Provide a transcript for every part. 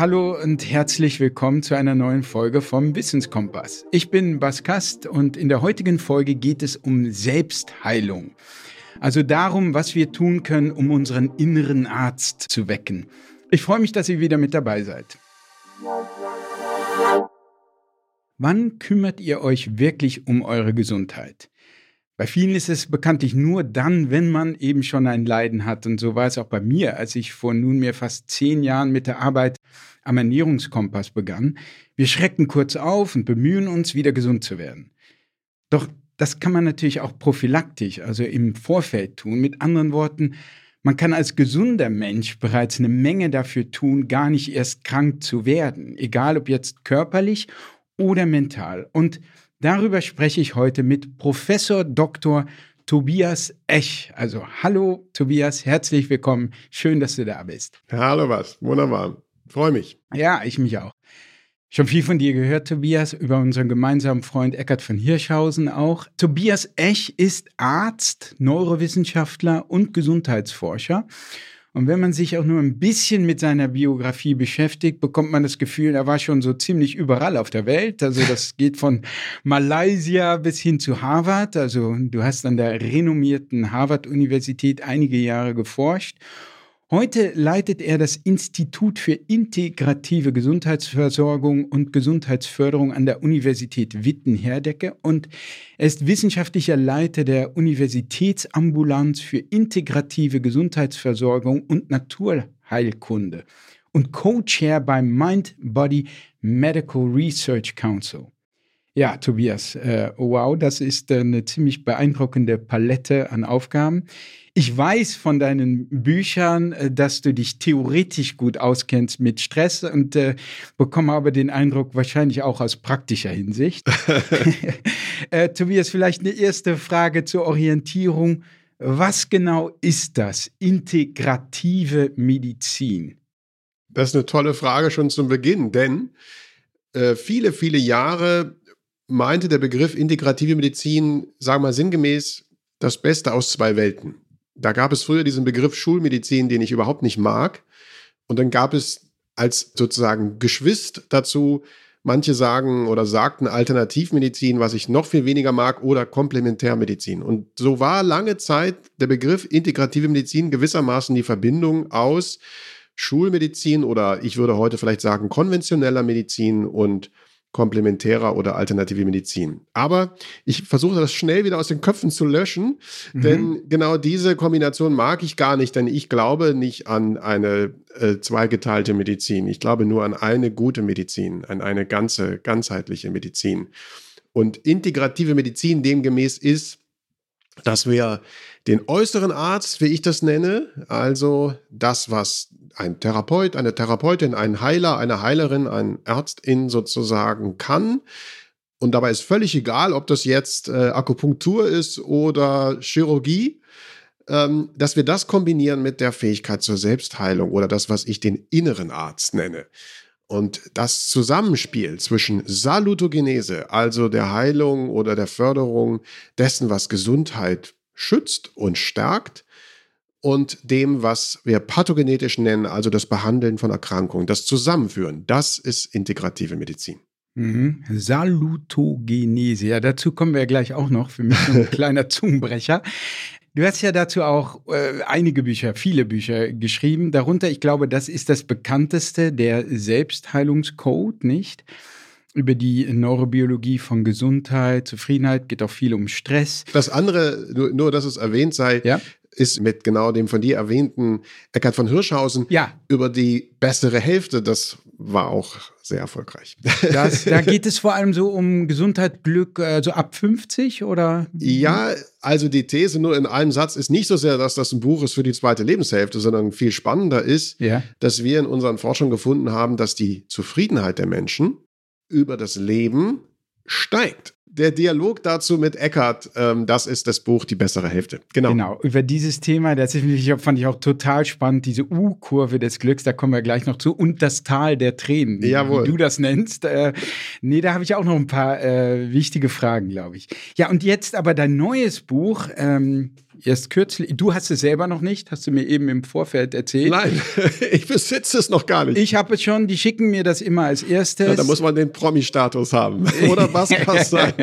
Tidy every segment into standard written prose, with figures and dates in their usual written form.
Hallo und herzlich willkommen zu einer neuen Folge vom Wissenskompass. Ich bin Bas Kast und in der heutigen Folge geht es um Selbstheilung. Also darum, was wir tun können, um unseren inneren Arzt zu wecken. Ich freue mich, dass ihr wieder mit dabei seid. Wann kümmert ihr euch wirklich um eure Gesundheit? Bei vielen ist es bekanntlich nur dann, wenn man eben schon ein Leiden hat. Und so war es auch bei mir, als ich vor nunmehr fast 10 Jahren mit der Arbeit am Ernährungskompass begann. Wir schrecken kurz auf und bemühen uns, wieder gesund zu werden. Doch das kann man natürlich auch prophylaktisch, also im Vorfeld tun. Mit anderen Worten, man kann als gesunder Mensch bereits eine Menge dafür tun, gar nicht erst krank zu werden. Egal ob jetzt körperlich oder mental. Und darüber spreche ich heute mit Professor Dr. Tobias Ech. Also hallo Tobias, herzlich willkommen. Schön, dass du da bist. Hallo was, wunderbar. Freue mich. Ja, ich mich auch. Schon viel von dir gehört, Tobias, über unseren gemeinsamen Freund Eckhard von Hirschhausen auch. Tobias Ech ist Arzt, Neurowissenschaftler und Gesundheitsforscher. Und wenn man sich auch nur ein bisschen mit seiner Biografie beschäftigt, bekommt man das Gefühl, er war schon so ziemlich überall auf der Welt. Also das geht von Malaysia bis hin zu Harvard. Also du hast an der renommierten Harvard-Universität einige Jahre geforscht. Heute leitet er das Institut für integrative Gesundheitsversorgung und Gesundheitsförderung an der Universität Witten-Herdecke und er ist wissenschaftlicher Leiter der Universitätsambulanz für integrative Gesundheitsversorgung und Naturheilkunde und Co-Chair beim Mind-Body Medical Research Council. Ja, Tobias, wow, das ist eine ziemlich beeindruckende Palette an Aufgaben. Ich weiß von deinen Büchern, dass du dich theoretisch gut auskennst mit Stress und bekomme aber den Eindruck, wahrscheinlich auch aus praktischer Hinsicht. Tobias, vielleicht eine erste Frage zur Orientierung. Was genau ist das, integrative Medizin? Das ist eine tolle Frage schon zum Beginn, denn viele, viele Jahre meinte der Begriff integrative Medizin, sagen wir mal sinngemäß, das Beste aus zwei Welten. Da gab es früher diesen Begriff Schulmedizin, den ich überhaupt nicht mag. Und dann gab es als sozusagen Geschwister dazu, manche sagen oder sagten Alternativmedizin, was ich noch viel weniger mag, oder Komplementärmedizin. Und so war lange Zeit der Begriff integrative Medizin gewissermaßen die Verbindung aus Schulmedizin oder ich würde heute vielleicht sagen konventioneller Medizin und komplementärer oder alternative Medizin. Aber ich versuche das schnell wieder aus den Köpfen zu löschen, denn genau diese Kombination mag ich gar nicht, denn ich glaube nicht an eine zweigeteilte Medizin. Ich glaube nur an eine gute Medizin, an eine ganzheitliche Medizin. Und integrative Medizin demgemäß ist, dass wir den äußeren Arzt, wie ich das nenne, also das, was ein Therapeut, eine Therapeutin, ein Heiler, eine Heilerin, ein Ärztin sozusagen kann. Und dabei ist völlig egal, ob das jetzt Akupunktur ist oder Chirurgie, dass wir das kombinieren mit der Fähigkeit zur Selbstheilung oder das, was ich den inneren Arzt nenne. Und das Zusammenspiel zwischen Salutogenese, also der Heilung oder der Förderung dessen, was Gesundheit schützt und stärkt, und dem, was wir pathogenetisch nennen, also das Behandeln von Erkrankungen, das Zusammenführen, das ist integrative Medizin. Salutogenese, ja, dazu kommen wir ja gleich auch noch, für mich so ein kleiner Zungenbrecher. Du hast ja dazu auch einige Bücher, viele Bücher geschrieben. Darunter, ich glaube, das ist das bekannteste, der Selbstheilungscode, nicht? Über die Neurobiologie von Gesundheit, Zufriedenheit, geht auch viel um Stress. Das andere, nur dass es erwähnt sei, ja, ist mit genau dem von dir erwähnten Eckhard von Hirschhausen über die bessere Hälfte. Das war auch sehr erfolgreich. Da geht es vor allem so um Gesundheit, Glück, so ab 50 oder? Ja, also die These nur in einem Satz ist nicht so sehr, dass das ein Buch ist für die zweite Lebenshälfte, sondern viel spannender ist, dass wir in unseren Forschungen gefunden haben, dass die Zufriedenheit der Menschen über das Leben steigt. Der Dialog dazu mit Eckhard, das ist das Buch Die bessere Hälfte. Genau, über dieses Thema, das fand ich auch total spannend, diese U-Kurve des Glücks, da kommen wir gleich noch zu, und das Tal der Tränen, Jawohl. Wie du das nennst. Da habe ich auch noch ein paar wichtige Fragen, glaube ich. Ja, und jetzt aber dein neues Buch, erst kürzlich, du hast es selber noch nicht, hast du mir eben im Vorfeld erzählt. Nein, ich besitze es noch gar nicht. Ich habe es schon, die schicken mir das immer als erstes. Ja, da muss man den Promi-Status haben. Oder was kann es sein?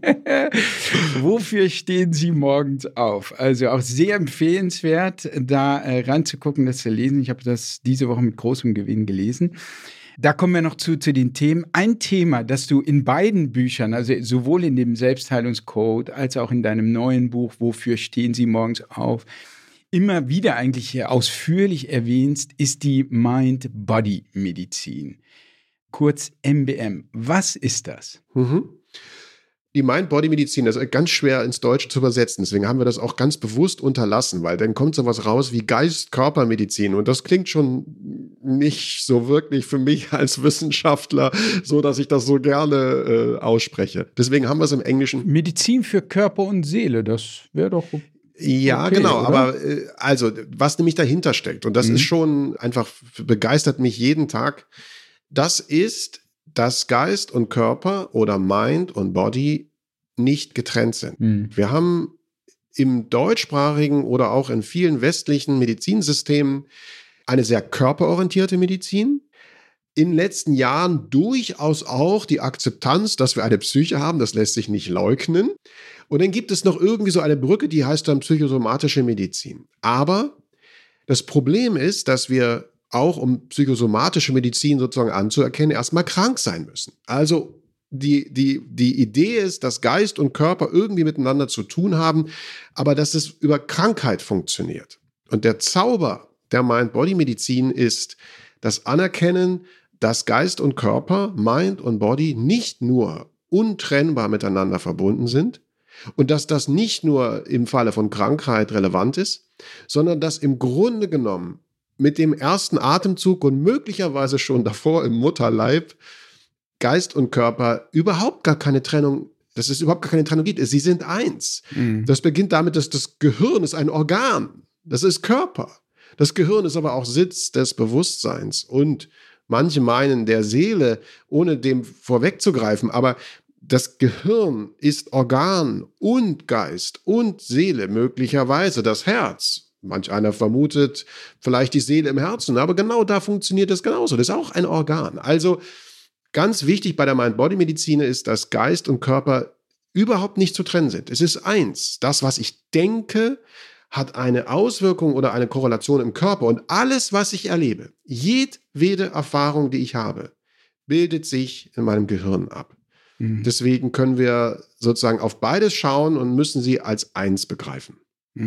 Wofür stehen Sie morgens auf? Also auch sehr empfehlenswert, da reinzugucken, das zu lesen. Ich habe das diese Woche mit großem Gewinn gelesen. Da kommen wir noch zu den Themen. Ein Thema, das du in beiden Büchern, also sowohl in dem Selbstheilungscode als auch in deinem neuen Buch, Wofür stehen Sie morgens auf, immer wieder eigentlich ausführlich erwähnst, ist die Mind-Body-Medizin. Kurz MBM. Was ist das? Die Mind-Body-Medizin, das ist ganz schwer ins Deutsche zu übersetzen. Deswegen haben wir das auch ganz bewusst unterlassen, weil dann kommt sowas raus wie Geist-Körper-Medizin. Und das klingt schon nicht so wirklich für mich als Wissenschaftler, so dass ich das so gerne ausspreche. Deswegen haben wir es im Englischen. Medizin für Körper und Seele, das wäre doch ja, okay, genau, oder? Aber also, was nämlich dahinter steckt, und das ist schon einfach, begeistert mich jeden Tag, das ist, dass Geist und Körper oder Mind und Body nicht getrennt sind. Wir haben im deutschsprachigen oder auch in vielen westlichen Medizinsystemen eine sehr körperorientierte Medizin. In den letzten Jahren durchaus auch die Akzeptanz, dass wir eine Psyche haben, das lässt sich nicht leugnen. Und dann gibt es noch irgendwie so eine Brücke, die heißt dann psychosomatische Medizin. Aber das Problem ist, dass wir auch, um psychosomatische Medizin sozusagen anzuerkennen, erstmal krank sein müssen. Also die Idee ist, dass Geist und Körper irgendwie miteinander zu tun haben, aber dass es über Krankheit funktioniert. Und der Zauber der Mind-Body-Medizin ist das Anerkennen, dass Geist und Körper, Mind und Body nicht nur untrennbar miteinander verbunden sind und dass das nicht nur im Falle von Krankheit relevant ist, sondern dass im Grunde genommen mit dem ersten Atemzug und möglicherweise schon davor im Mutterleib Geist und Körper überhaupt gar keine Trennung, dass es überhaupt gar keine Trennung gibt. Sie sind eins. Das beginnt damit, dass das Gehirn ist ein Organ. Das ist Körper. Das Gehirn ist aber auch Sitz des Bewusstseins und manche meinen der Seele, ohne dem vorwegzugreifen, aber das Gehirn ist Organ und Geist und Seele, möglicherweise das Herz. Manch einer vermutet vielleicht die Seele im Herzen, aber genau da funktioniert das genauso. Das ist auch ein Organ. Also ganz wichtig bei der Mind-Body-Medizin ist, dass Geist und Körper überhaupt nicht zu trennen sind. Es ist eins. Das, was ich denke, hat eine Auswirkung oder eine Korrelation im Körper. Und alles, was ich erlebe, jedwede Erfahrung, die ich habe, bildet sich in meinem Gehirn ab. Deswegen können wir sozusagen auf beides schauen und müssen sie als eins begreifen.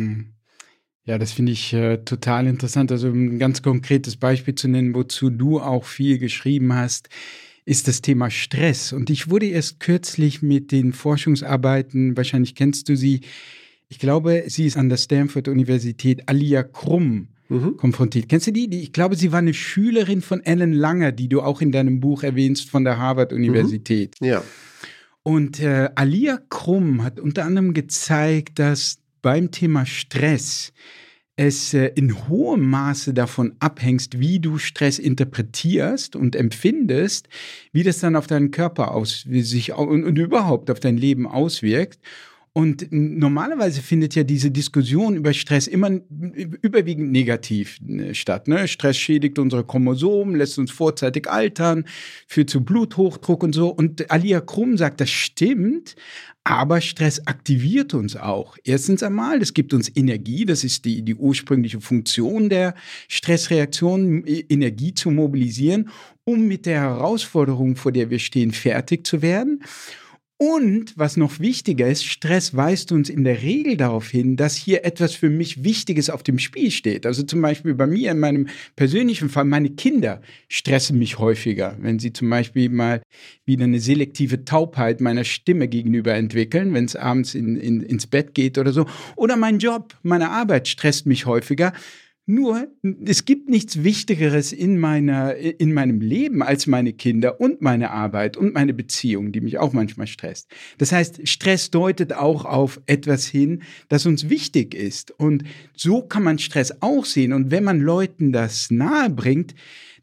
Ja, das finde ich total interessant. Also ein ganz konkretes Beispiel zu nennen, wozu du auch viel geschrieben hast, ist das Thema Stress. Und ich wurde erst kürzlich mit den Forschungsarbeiten, wahrscheinlich kennst du sie, ich glaube, sie ist an der Stanford-Universität, Alia Crum, konfrontiert. Kennst du die? Ich glaube, sie war eine Schülerin von Alan Langer, die du auch in deinem Buch erwähnst, von der Harvard-Universität. Ja. Und Alia Crum hat unter anderem gezeigt, dass beim Thema Stress es in hohem Maße davon abhängst, wie du Stress interpretierst und empfindest, wie das dann auf deinen Körper sich und überhaupt auf dein Leben auswirkt. Und normalerweise findet ja diese Diskussion über Stress immer überwiegend negativ statt. Ne? Stress schädigt unsere Chromosomen, lässt uns vorzeitig altern, führt zu Bluthochdruck und so. Und Alia Crum sagt, das stimmt, aber Stress aktiviert uns auch. Erstens einmal, es gibt uns Energie, das ist die ursprüngliche Funktion der Stressreaktion, Energie zu mobilisieren, um mit der Herausforderung, vor der wir stehen, fertig zu werden. Und was noch wichtiger ist, Stress weist uns in der Regel darauf hin, dass hier etwas für mich Wichtiges auf dem Spiel steht. Also zum Beispiel bei mir in meinem persönlichen Fall, meine Kinder stressen mich häufiger, wenn sie zum Beispiel mal wieder eine selektive Taubheit meiner Stimme gegenüber entwickeln, wenn es abends ins Bett geht oder so. Oder mein Job, meine Arbeit stresst mich häufiger. Nur, es gibt nichts Wichtigeres in meinem Leben als meine Kinder und meine Arbeit und meine Beziehung, die mich auch manchmal stresst. Das heißt, Stress deutet auch auf etwas hin, das uns wichtig ist. Und so kann man Stress auch sehen. Und wenn man Leuten das nahe bringt,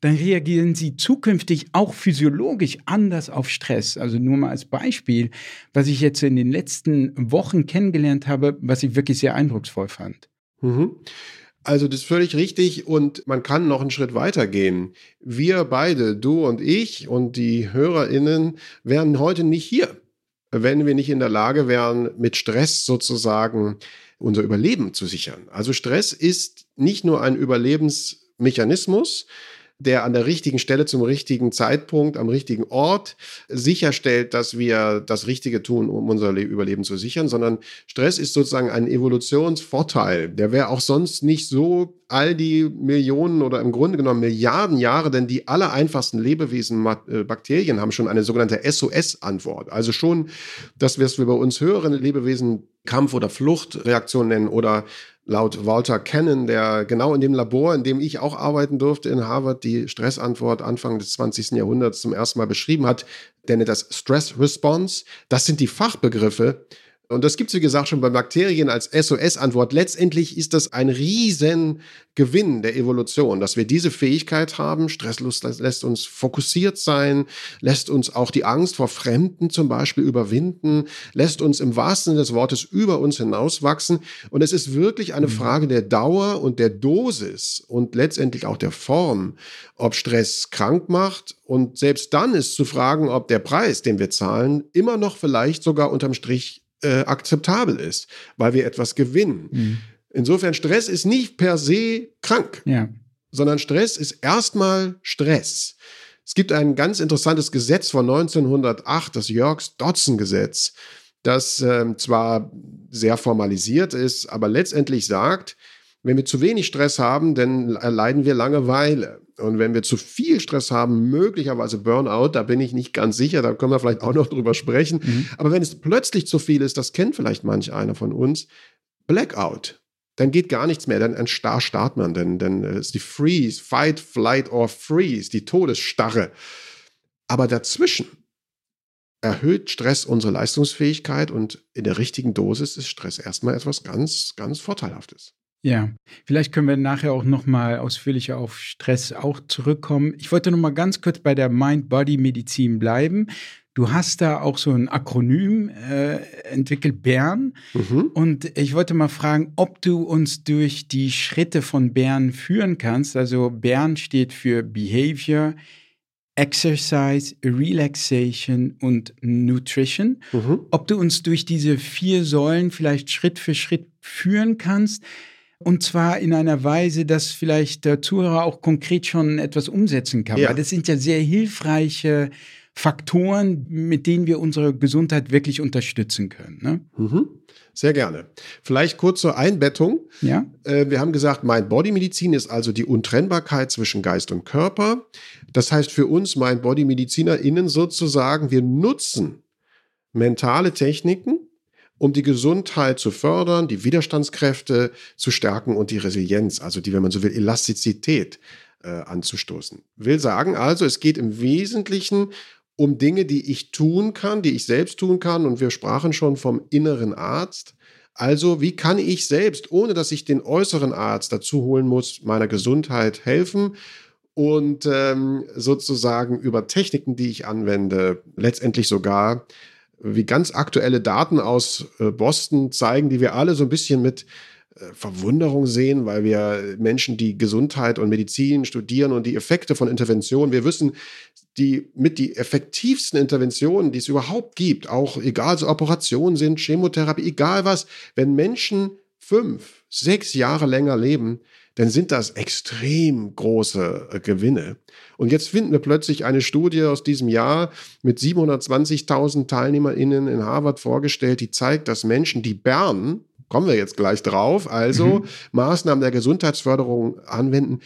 dann reagieren sie zukünftig auch physiologisch anders auf Stress. Also nur mal als Beispiel, was ich jetzt in den letzten Wochen kennengelernt habe, was ich wirklich sehr eindrucksvoll fand. Mhm. Also das ist völlig richtig und man kann noch einen Schritt weiter gehen. Wir beide, du und ich und die HörerInnen, wären heute nicht hier, wenn wir nicht in der Lage wären, mit Stress sozusagen unser Überleben zu sichern. Also Stress ist nicht nur ein Überlebensmechanismus, der an der richtigen Stelle zum richtigen Zeitpunkt am richtigen Ort sicherstellt, dass wir das Richtige tun, um unser Überleben zu sichern, sondern Stress ist sozusagen ein Evolutionsvorteil. Der wäre auch sonst nicht so all die Millionen oder im Grunde genommen Milliarden Jahre, denn die allereinfachsten Lebewesen, Bakterien, haben schon eine sogenannte SOS-Antwort. Also schon das, was wir bei uns höheren Lebewesen Kampf- oder Fluchtreaktion nennen oder laut Walter Cannon, der genau in dem Labor, in dem ich auch arbeiten durfte in Harvard, die Stressantwort Anfang des 20. Jahrhunderts zum ersten Mal beschrieben hat, der nennt das Stress Response. Das sind die Fachbegriffe. Und das gibt es, wie gesagt, schon bei Bakterien als SOS-Antwort. Letztendlich ist das ein Riesengewinn der Evolution, dass wir diese Fähigkeit haben. Stresslos lässt uns fokussiert sein, lässt uns auch die Angst vor Fremden zum Beispiel überwinden, lässt uns im wahrsten Sinne des Wortes über uns hinauswachsen. Und es ist wirklich eine Frage der Dauer und der Dosis und letztendlich auch der Form, ob Stress krank macht. Und selbst dann ist zu fragen, ob der Preis, den wir zahlen, immer noch vielleicht sogar unterm Strich akzeptabel ist, weil wir etwas gewinnen. Mhm. Insofern, Stress ist nicht per se krank, sondern Stress ist erstmal Stress. Es gibt ein ganz interessantes Gesetz von 1908, das Yerkes-Dodson-Gesetz, das zwar sehr formalisiert ist, aber letztendlich sagt, wenn wir zu wenig Stress haben, dann erleiden wir Langeweile. Und wenn wir zu viel Stress haben, möglicherweise Burnout, da bin ich nicht ganz sicher, da können wir vielleicht auch noch drüber sprechen. Mhm. Aber wenn es plötzlich zu viel ist, das kennt vielleicht manch einer von uns, Blackout, dann geht gar nichts mehr, dann starrt man, dann ist die Freeze, Fight, Flight or Freeze, die Todesstarre. Aber dazwischen erhöht Stress unsere Leistungsfähigkeit und in der richtigen Dosis ist Stress erstmal etwas ganz, ganz Vorteilhaftes. Ja, vielleicht können wir nachher auch noch mal ausführlicher auf Stress auch zurückkommen. Ich wollte noch mal ganz kurz bei der Mind-Body-Medizin bleiben. Du hast da auch so ein Akronym entwickelt, BERN. Mhm. Und ich wollte mal fragen, ob du uns durch die Schritte von BERN führen kannst. Also BERN steht für Behavior, Exercise, Relaxation und Nutrition. Mhm. Ob du uns durch diese 4 Säulen vielleicht Schritt für Schritt führen kannst. Und zwar in einer Weise, dass vielleicht der Zuhörer auch konkret schon etwas umsetzen kann. Ja. Weil das sind ja sehr hilfreiche Faktoren, mit denen wir unsere Gesundheit wirklich unterstützen können. Ne? Mhm. Sehr gerne. Vielleicht kurz zur Einbettung. Ja? Wir haben gesagt, Mind-Body-Medizin ist also die Untrennbarkeit zwischen Geist und Körper. Das heißt für uns Mind-Body-MedizinerInnen sozusagen, wir nutzen mentale Techniken, um die Gesundheit zu fördern, die Widerstandskräfte zu stärken und die Resilienz, also die, wenn man so will, Elastizität anzustoßen. Will sagen also, es geht im Wesentlichen um Dinge, die ich tun kann, die ich selbst tun kann. Und wir sprachen schon vom inneren Arzt. Also wie kann ich selbst, ohne dass ich den äußeren Arzt dazu holen muss, meiner Gesundheit helfen und sozusagen über Techniken, die ich anwende, letztendlich sogar wie ganz aktuelle Daten aus Boston zeigen, die wir alle so ein bisschen mit Verwunderung sehen, weil wir Menschen, die Gesundheit und Medizin studieren und die Effekte von Interventionen, wir wissen, die effektivsten Interventionen, die es überhaupt gibt, auch egal, so Operationen sind, Chemotherapie, egal was, wenn Menschen 5, 6 Jahre länger leben, dann sind das extrem große Gewinne. Und jetzt finden wir plötzlich eine Studie aus diesem Jahr mit 720.000 TeilnehmerInnen in Harvard vorgestellt, die zeigt, dass Menschen, die BERN, kommen wir jetzt gleich drauf, also Maßnahmen der Gesundheitsförderung anwenden,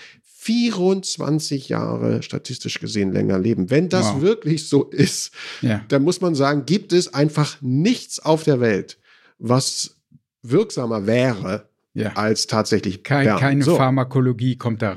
24 Jahre statistisch gesehen länger leben. Wenn das wirklich so ist, dann muss man sagen, gibt es einfach nichts auf der Welt, was wirksamer wäre als tatsächlich Keine Pharmakologie kommt daran.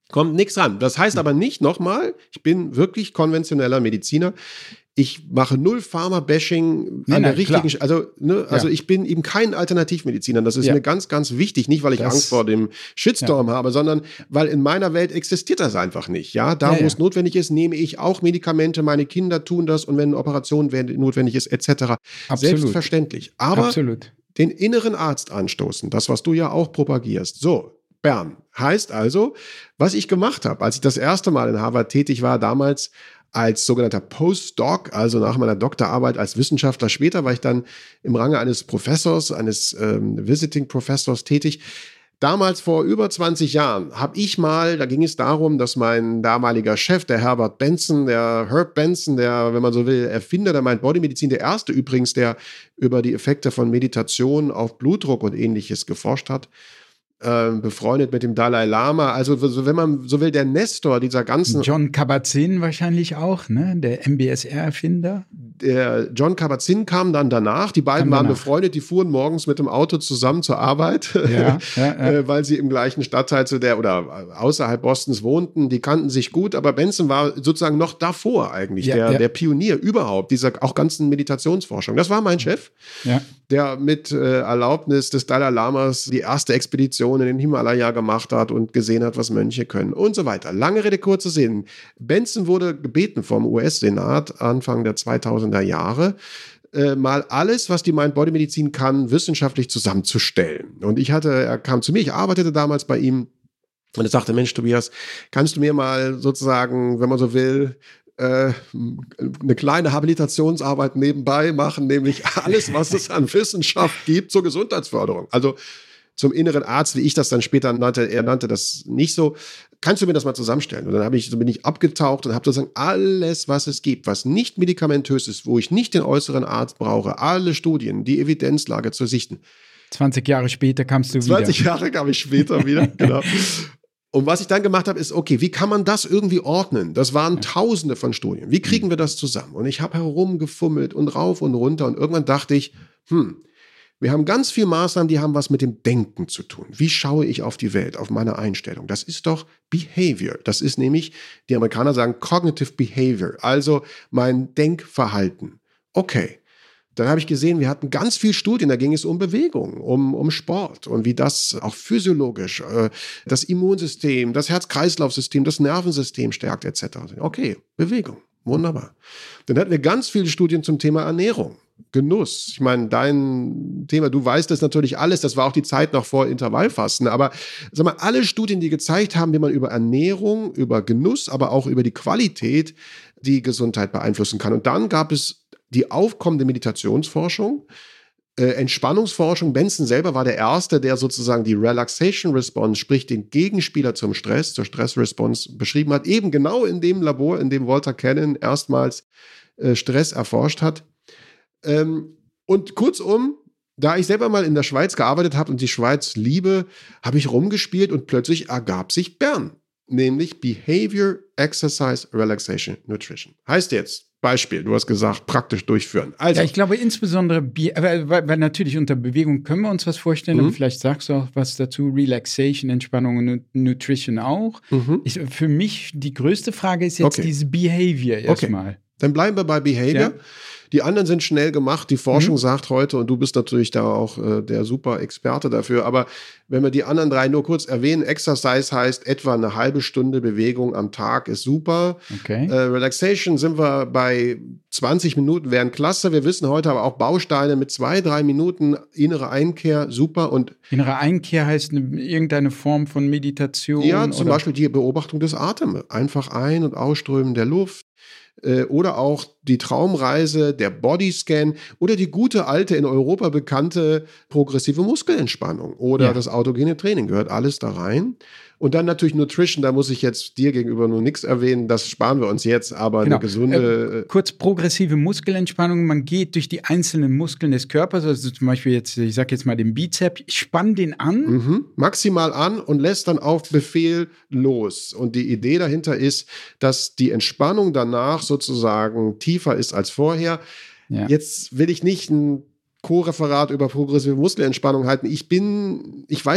Kommt nichts ran. Das heißt aber nicht, nochmal, ich bin wirklich konventioneller Mediziner. Ich mache null Pharma-Bashing an der richtigen, also ich bin eben kein Alternativmediziner. Das ist mir ganz, ganz wichtig. Nicht, weil ich Angst vor dem Shitstorm habe, sondern weil in meiner Welt existiert das einfach nicht. Ja, da wo es notwendig ist, nehme ich auch Medikamente. Meine Kinder tun das und wenn eine Operation notwendig ist, etc. Absolut. Selbstverständlich. Aber den inneren Arzt anstoßen, das, was du ja auch propagierst. So. Bern. Heißt also, was ich gemacht habe, als ich das erste Mal in Harvard tätig war, damals als sogenannter Postdoc, also nach meiner Doktorarbeit als Wissenschaftler. Später war ich dann im Range eines Professors, eines Visiting Professors tätig. Damals vor über 20 Jahren da ging es darum, dass mein damaliger Chef, der Herb Benson, der, wenn man so will, Erfinder der Mind-Body-Medizin, der erste übrigens, der über die Effekte von Meditation auf Blutdruck und Ähnliches geforscht hat, befreundet mit dem Dalai Lama, also wenn man so will, der Nestor dieser ganzen... John Kabat-Zinn wahrscheinlich auch, ne? Der MBSR-Erfinder. Der John Kabat-Zinn kam dann danach, die beiden waren befreundet, die fuhren morgens mit dem Auto zusammen zur Arbeit, weil sie im gleichen Stadtteil oder außerhalb Bostons wohnten, die kannten sich gut, aber Benson war sozusagen noch davor eigentlich, der Pionier überhaupt, dieser auch ganzen Meditationsforschung. Das war mein Chef, der mit Erlaubnis des Dalai Lamas die erste Expedition in den Himalaya gemacht hat und gesehen hat, was Mönche können und so weiter. Lange Rede, kurzer Sinn. Benson wurde gebeten vom US-Senat Anfang der 2000er Jahre, mal alles, was die Mind-Body-Medizin kann, wissenschaftlich zusammenzustellen. Und er kam zu mir, ich arbeitete damals bei ihm und er sagte, Mensch, Tobias, kannst du mir mal sozusagen, wenn man so will, eine kleine Habilitationsarbeit nebenbei machen, nämlich alles, was es an Wissenschaft gibt zur Gesundheitsförderung. Also zum inneren Arzt, wie ich das dann später nannte, er nannte das nicht so. Kannst du mir das mal zusammenstellen? Und dann bin ich abgetaucht und habe sozusagen alles, was es gibt, was nicht medikamentös ist, wo ich nicht den äußeren Arzt brauche, alle Studien, die Evidenzlage zu sichten. 20 Jahre später kamst du wieder. 20 Jahre kam ich später wieder, genau. Und was ich dann gemacht habe, ist, okay, wie kann man das irgendwie ordnen? Das waren Tausende von Studien. Wie kriegen wir das zusammen? Und ich habe herumgefummelt und rauf und runter und irgendwann dachte ich, wir haben ganz viele Maßnahmen, die haben was mit dem Denken zu tun. Wie schaue ich auf die Welt, auf meine Einstellung? Das ist doch Behavior. Das ist nämlich, die Amerikaner sagen Cognitive Behavior, also mein Denkverhalten. Okay, dann habe ich gesehen, wir hatten ganz viele Studien, da ging es um Bewegung, um Sport und wie das auch physiologisch das Immunsystem, das Herz-Kreislauf-System, das Nervensystem stärkt etc. Okay, Bewegung, wunderbar. Dann hatten wir ganz viele Studien zum Thema Ernährung. Genuss. Ich meine, dein Thema, du weißt das natürlich alles, das war auch die Zeit noch vor Intervallfasten, aber sag mal, alle Studien, die gezeigt haben, wie man über Ernährung, über Genuss, aber auch über die Qualität die Gesundheit beeinflussen kann. Und dann gab es die aufkommende Meditationsforschung, Entspannungsforschung. Benson selber war der Erste, der sozusagen die Relaxation Response, sprich den Gegenspieler zum Stress, zur Stress-Response beschrieben hat, eben genau in dem Labor, in dem Walter Cannon erstmals Stress erforscht hat. Und kurzum, da ich selber mal in der Schweiz gearbeitet habe und die Schweiz liebe, habe ich rumgespielt und plötzlich ergab sich Bern, nämlich Behavior, Exercise, Relaxation, Nutrition. Heißt jetzt, Beispiel, du hast gesagt, praktisch durchführen. Also, ja, ich glaube insbesondere, weil natürlich unter Bewegung können wir uns was vorstellen, aber vielleicht sagst du auch was dazu, Relaxation, Entspannung und Nutrition auch. Für mich die größte Frage ist jetzt diese Behavior erstmal. Okay. Dann bleiben wir bei Behavior. Ja. Die anderen sind schnell gemacht. Die Forschung sagt heute, und du bist natürlich da auch der super Experte dafür, aber wenn wir die anderen drei nur kurz erwähnen, Exercise heißt etwa eine halbe Stunde Bewegung am Tag ist super. Okay. Relaxation sind wir bei 20 Minuten, wären klasse. Wir wissen heute aber auch Bausteine mit 2-3 Minuten innere Einkehr, super. Und innere Einkehr heißt irgendeine Form von Meditation? Ja, zum Beispiel die Beobachtung des Atems. Einfach ein- und ausströmen der Luft. Oder auch die Traumreise, der Bodyscan oder die gute alte, in Europa bekannte progressive Muskelentspannung oder das autogene Training, gehört alles da rein. Und dann natürlich Nutrition, da muss ich jetzt dir gegenüber nur nichts erwähnen, das sparen wir uns jetzt, aber eine gesunde... kurz, progressive Muskelentspannung, man geht durch die einzelnen Muskeln des Körpers, also zum Beispiel jetzt, ich sag jetzt mal den Bizeps, spann den an. Maximal an und lässt dann auf Befehl los. Und die Idee dahinter ist, dass die Entspannung danach sozusagen tiefer ist als vorher. Ja. Jetzt will ich nicht ein Co-Referat über progressive Muskelentspannung halten. Ich weiß, dass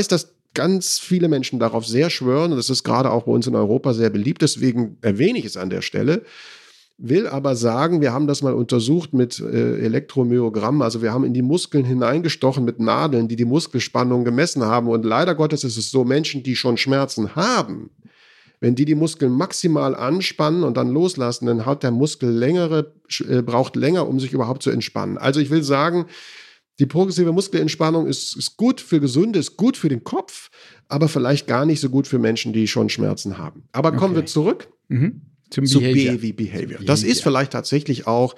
ganz viele Menschen darauf sehr schwören und das ist gerade auch bei uns in Europa sehr beliebt, deswegen erwähne ich es an der Stelle. Will aber sagen, wir haben das mal untersucht mit Elektromyogramm, also wir haben in die Muskeln hineingestochen mit Nadeln, die die Muskelspannung gemessen haben und leider Gottes ist es so, Menschen, die schon Schmerzen haben, wenn die Muskeln maximal anspannen und dann loslassen, dann hat der Muskel braucht länger, um sich überhaupt zu entspannen. Also ich will sagen, die progressive Muskelentspannung ist gut für Gesunde, ist gut für den Kopf, aber vielleicht gar nicht so gut für Menschen, die schon Schmerzen haben. Aber kommen wir zurück zu B wie Behavior. Das ist vielleicht tatsächlich auch,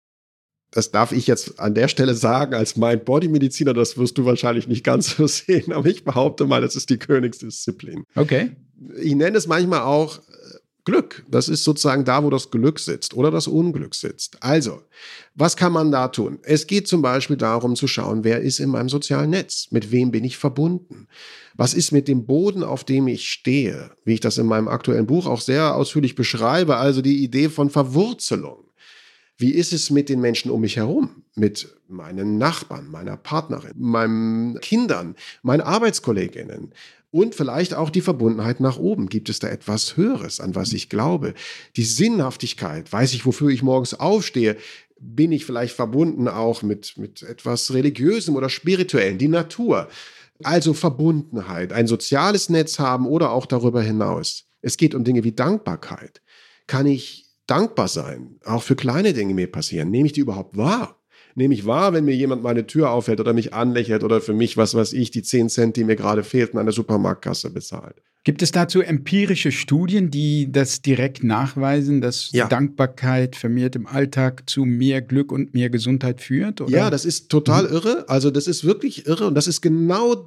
das darf ich jetzt an der Stelle sagen, als Mind-Body-Mediziner, das wirst du wahrscheinlich nicht ganz so sehen, aber ich behaupte mal, das ist die Königsdisziplin. Okay. Ich nenne es manchmal auch Glück. Das ist sozusagen da, wo das Glück sitzt oder das Unglück sitzt. Also, was kann man da tun? Es geht zum Beispiel darum zu schauen, wer ist in meinem sozialen Netz? Mit wem bin ich verbunden? Was ist mit dem Boden, auf dem ich stehe? Wie ich das in meinem aktuellen Buch auch sehr ausführlich beschreibe, also die Idee von Verwurzelung. Wie ist es mit den Menschen um mich herum? Mit meinen Nachbarn, meiner Partnerin, meinen Kindern, meinen Arbeitskolleginnen? Und vielleicht auch die Verbundenheit nach oben. Gibt es da etwas Höheres, an was ich glaube? Die Sinnhaftigkeit. Weiß ich, wofür ich morgens aufstehe? Bin ich vielleicht verbunden auch mit etwas Religiösem oder Spirituellem? Die Natur. Also Verbundenheit. Ein soziales Netz haben oder auch darüber hinaus. Es geht um Dinge wie Dankbarkeit. Kann ich dankbar sein? Auch für kleine Dinge, die mir passieren. Nehme ich die überhaupt wahr? Nehme ich wahr, wenn mir jemand meine Tür aufhält oder mich anlächelt oder für mich, was weiß ich, die 10 Cent, die mir gerade fehlten, an der Supermarktkasse bezahlt. Gibt es dazu empirische Studien, die das direkt nachweisen, dass Dankbarkeit vermehrt im Alltag zu mehr Glück und mehr Gesundheit führt? Oder? Ja, das ist total irre. Also das ist wirklich irre und das ist genau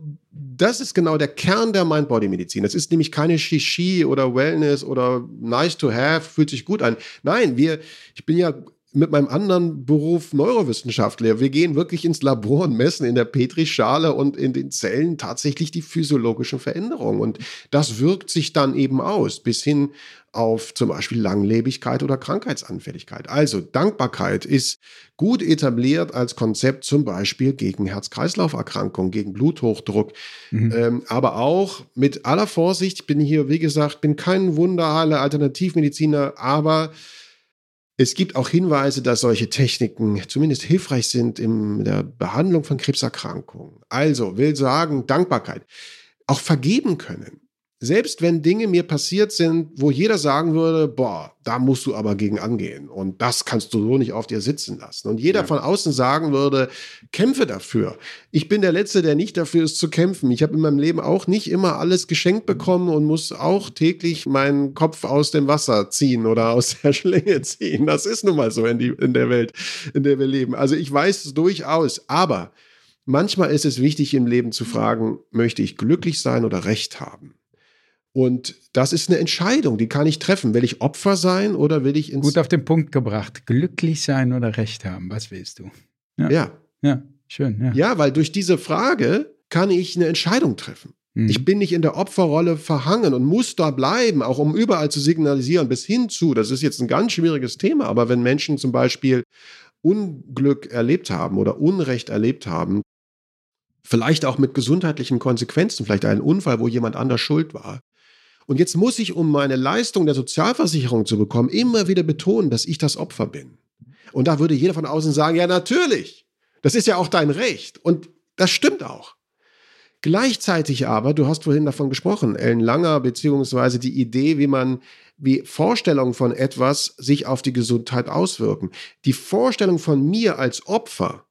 der Kern der Mind-Body-Medizin. Das ist nämlich keine Shishi oder Wellness oder nice to have, fühlt sich gut an. Nein, ich bin ja mit meinem anderen Beruf Neurowissenschaftler. Wir gehen wirklich ins Labor und messen in der Petrischale und in den Zellen tatsächlich die physiologischen Veränderungen. Und das wirkt sich dann eben aus, bis hin auf zum Beispiel Langlebigkeit oder Krankheitsanfälligkeit. Also Dankbarkeit ist gut etabliert als Konzept zum Beispiel gegen Herz-Kreislauf-Erkrankungen, gegen Bluthochdruck, aber auch mit aller Vorsicht. Ich bin hier, wie gesagt, bin kein Wunderheiler, Alternativmediziner, aber es gibt auch Hinweise, dass solche Techniken zumindest hilfreich sind in der Behandlung von Krebserkrankungen. Also will sagen, Dankbarkeit. Auch vergeben können. Selbst wenn Dinge mir passiert sind, wo jeder sagen würde, boah, da musst du aber gegen angehen und das kannst du so nicht auf dir sitzen lassen. Und jeder von außen sagen würde, kämpfe dafür. Ich bin der Letzte, der nicht dafür ist zu kämpfen. Ich habe in meinem Leben auch nicht immer alles geschenkt bekommen und muss auch täglich meinen Kopf aus dem Wasser ziehen oder aus der Schlinge ziehen. Das ist nun mal so in der Welt, in der wir leben. Also ich weiß es durchaus, aber manchmal ist es wichtig im Leben zu fragen, möchte ich glücklich sein oder Recht haben? Und das ist eine Entscheidung, die kann ich treffen. Will ich Opfer sein oder will ich Gut auf den Punkt gebracht. Glücklich sein oder Recht haben, was willst du? Ja, schön. Ja. Ja, weil durch diese Frage kann ich eine Entscheidung treffen. Ich bin nicht in der Opferrolle verhangen und muss da bleiben, auch um überall zu signalisieren, bis hin zu, das ist jetzt ein ganz schwieriges Thema, aber wenn Menschen zum Beispiel Unglück erlebt haben oder Unrecht erlebt haben, vielleicht auch mit gesundheitlichen Konsequenzen, vielleicht einen Unfall, wo jemand anders schuld war, und jetzt muss ich, um meine Leistung der Sozialversicherung zu bekommen, immer wieder betonen, dass ich das Opfer bin. Und da würde jeder von außen sagen, ja natürlich, das ist ja auch dein Recht. Und das stimmt auch. Gleichzeitig aber, du hast vorhin davon gesprochen, Ellen Langer, beziehungsweise die Idee, wie Vorstellungen von etwas sich auf die Gesundheit auswirken. Die Vorstellung von mir als Opfer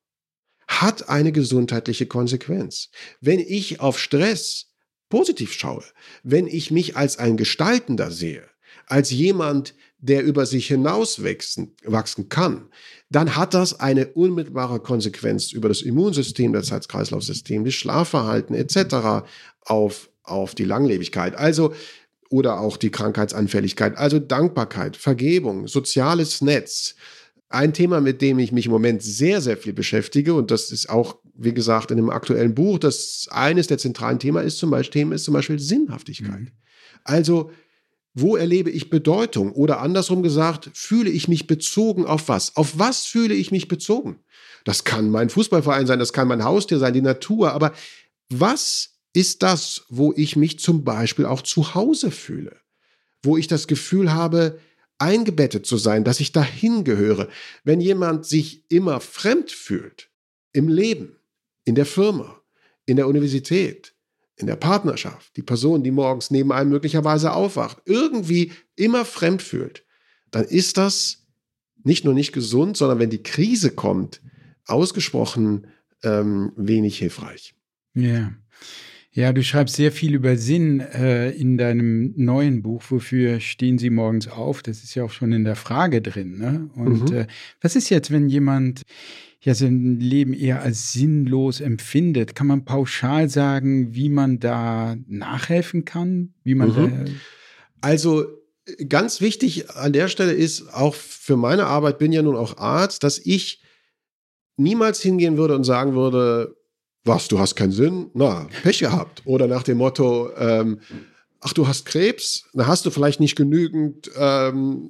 hat eine gesundheitliche Konsequenz. Wenn ich auf Stress positiv schaue, wenn ich mich als ein Gestaltender sehe, als jemand, der über sich hinaus wachsen kann, dann hat das eine unmittelbare Konsequenz über das Immunsystem, das Herz-Kreislauf-System, das Schlafverhalten etc. auf die Langlebigkeit, also oder auch die Krankheitsanfälligkeit, also Dankbarkeit, Vergebung, soziales Netz. Ein Thema, mit dem ich mich im Moment sehr, sehr viel beschäftige, und das ist auch, wie gesagt, in einem aktuellen Buch, das eines der zentralen Themen ist zum Beispiel Sinnhaftigkeit. Also, wo erlebe ich Bedeutung? Oder andersrum gesagt, fühle ich mich bezogen auf was? Auf was fühle ich mich bezogen? Das kann mein Fußballverein sein, das kann mein Haustier sein, die Natur, aber was ist das, wo ich mich zum Beispiel auch zu Hause fühle, wo ich das Gefühl habe, eingebettet zu sein, dass ich dahin gehöre. Wenn jemand sich immer fremd fühlt, im Leben, in der Firma, in der Universität, in der Partnerschaft, die Person, die morgens neben einem möglicherweise aufwacht, irgendwie immer fremd fühlt, dann ist das nicht nur nicht gesund, sondern wenn die Krise kommt, ausgesprochen wenig hilfreich. Ja. Ja, du schreibst sehr viel über Sinn in deinem neuen Buch. Wofür stehen Sie morgens auf? Das ist ja auch schon in der Frage drin. Ne? Und was ist jetzt, wenn jemand ja sein Leben eher als sinnlos empfindet? Kann man pauschal sagen, wie man da nachhelfen kann? Wie man da Also ganz wichtig an der Stelle ist, auch für meine Arbeit, bin ja nun auch Arzt, dass ich niemals hingehen würde und sagen würde, was, du hast keinen Sinn? Na, Pech gehabt. Oder nach dem Motto, ach, du hast Krebs, dann hast du vielleicht nicht genügend an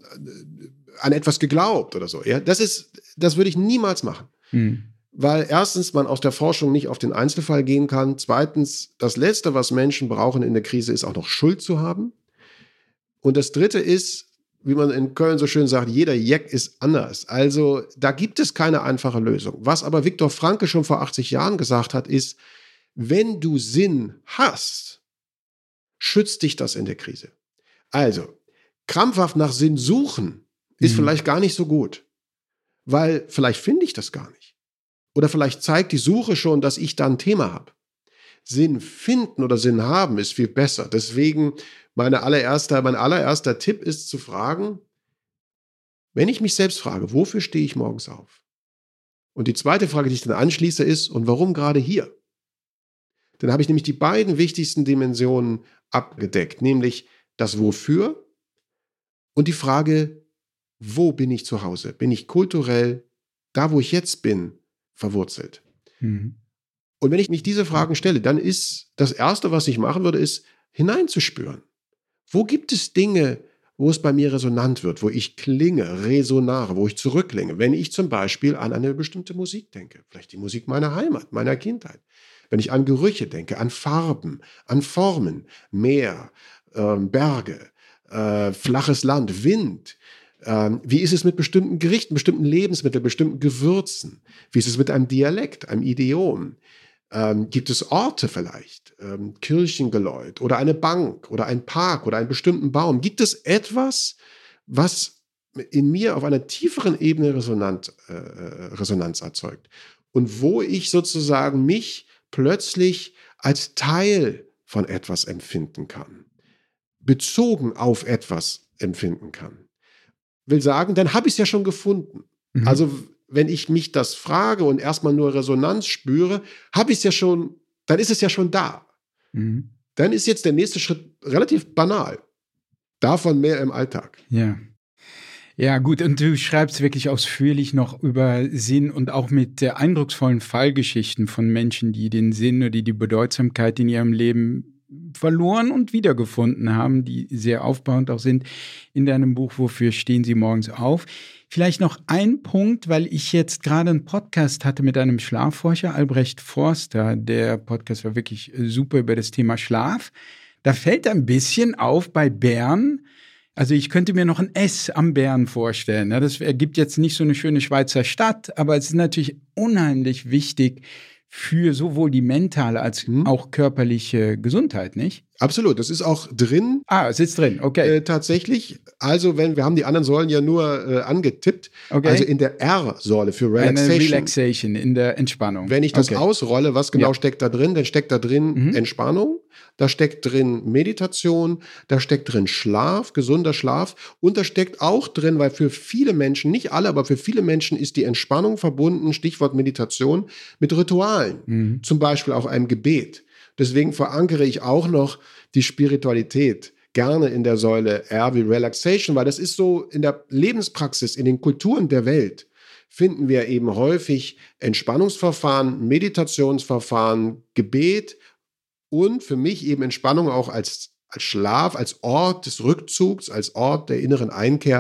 etwas geglaubt oder so. Ja? Das würde ich niemals machen. Weil erstens man aus der Forschung nicht auf den Einzelfall gehen kann. Zweitens, das Letzte, was Menschen brauchen in der Krise, ist auch noch Schuld zu haben. Und das Dritte ist, wie man in Köln so schön sagt, jeder Jack ist anders. Also da gibt es keine einfache Lösung. Was aber Viktor Frankl schon vor 80 Jahren gesagt hat, ist, wenn du Sinn hast, schützt dich das in der Krise. Also, krampfhaft nach Sinn suchen ist vielleicht gar nicht so gut, weil vielleicht finde ich das gar nicht. Oder vielleicht zeigt die Suche schon, dass ich da ein Thema habe. Sinn finden oder Sinn haben ist viel besser. Deswegen mein allererster Tipp ist zu fragen, wenn ich mich selbst frage, wofür stehe ich morgens auf? Und die zweite Frage, die ich dann anschließe, ist, und warum gerade hier? Dann habe ich nämlich die beiden wichtigsten Dimensionen abgedeckt, nämlich das Wofür und die Frage, wo bin ich zu Hause? Bin ich kulturell, da wo ich jetzt bin, verwurzelt? Und wenn ich mich diese Fragen stelle, dann ist das Erste, was ich machen würde, ist hineinzuspüren. Wo gibt es Dinge, wo es bei mir resonant wird, wo ich klinge, resonare, wo ich zurückklinge? Wenn ich zum Beispiel an eine bestimmte Musik denke, vielleicht die Musik meiner Heimat, meiner Kindheit. Wenn ich an Gerüche denke, an Farben, an Formen, Meer, Berge, flaches Land, Wind. Wie ist es mit bestimmten Gerichten, bestimmten Lebensmitteln, bestimmten Gewürzen? Wie ist es mit einem Dialekt, einem Idiom? Gibt es Orte vielleicht, Kirchengeläut oder eine Bank oder ein Park oder einen bestimmten Baum? Gibt es etwas, was in mir auf einer tieferen Ebene Resonanz erzeugt? Und wo ich sozusagen mich plötzlich als Teil von etwas empfinden kann, bezogen auf etwas empfinden kann. Will sagen, dann habe ich es ja schon gefunden. Also wenn ich mich das frage und erstmal nur Resonanz spüre, habe ich es ja schon, dann ist es ja schon da. Dann ist jetzt der nächste Schritt relativ banal. Davon mehr im Alltag. Ja. Ja, gut. Und du schreibst wirklich ausführlich noch über Sinn und auch mit eindrucksvollen Fallgeschichten von Menschen, die den Sinn oder die Bedeutsamkeit in ihrem Leben verloren und wiedergefunden haben, die sehr aufbauend auch sind in deinem Buch Wofür stehen Sie morgens auf? Vielleicht noch ein Punkt, weil ich jetzt gerade einen Podcast hatte mit einem Schlafforscher, Albrecht Forster. Der Podcast war wirklich super über das Thema Schlaf. Da fällt ein bisschen auf bei Bern. Also ich könnte mir noch ein S am Bern vorstellen. Das ergibt jetzt nicht so eine schöne Schweizer Stadt, aber es ist natürlich unheimlich wichtig für sowohl die mentale als auch körperliche Gesundheit, nicht? Absolut, das ist auch drin. Es ist drin, okay. Tatsächlich, also wir haben die anderen Säulen ja nur angetippt, okay. Also in der R-Säule für Relaxation. Eine Relaxation, in der Entspannung. Wenn ich das ausrolle, was genau steckt da drin? Dann steckt da drin Entspannung, da steckt drin Meditation, da steckt drin Schlaf, gesunder Schlaf und da steckt auch drin, weil für viele Menschen, nicht alle, aber für viele Menschen ist die Entspannung verbunden, Stichwort Meditation, mit Ritualen, zum Beispiel auch einem Gebet. Deswegen verankere ich auch noch die Spiritualität gerne in der Säule R wie Relaxation, weil das ist so in der Lebenspraxis, in den Kulturen der Welt, finden wir eben häufig Entspannungsverfahren, Meditationsverfahren, Gebet und für mich eben Entspannung auch als Schlaf, als Ort des Rückzugs, als Ort der inneren Einkehr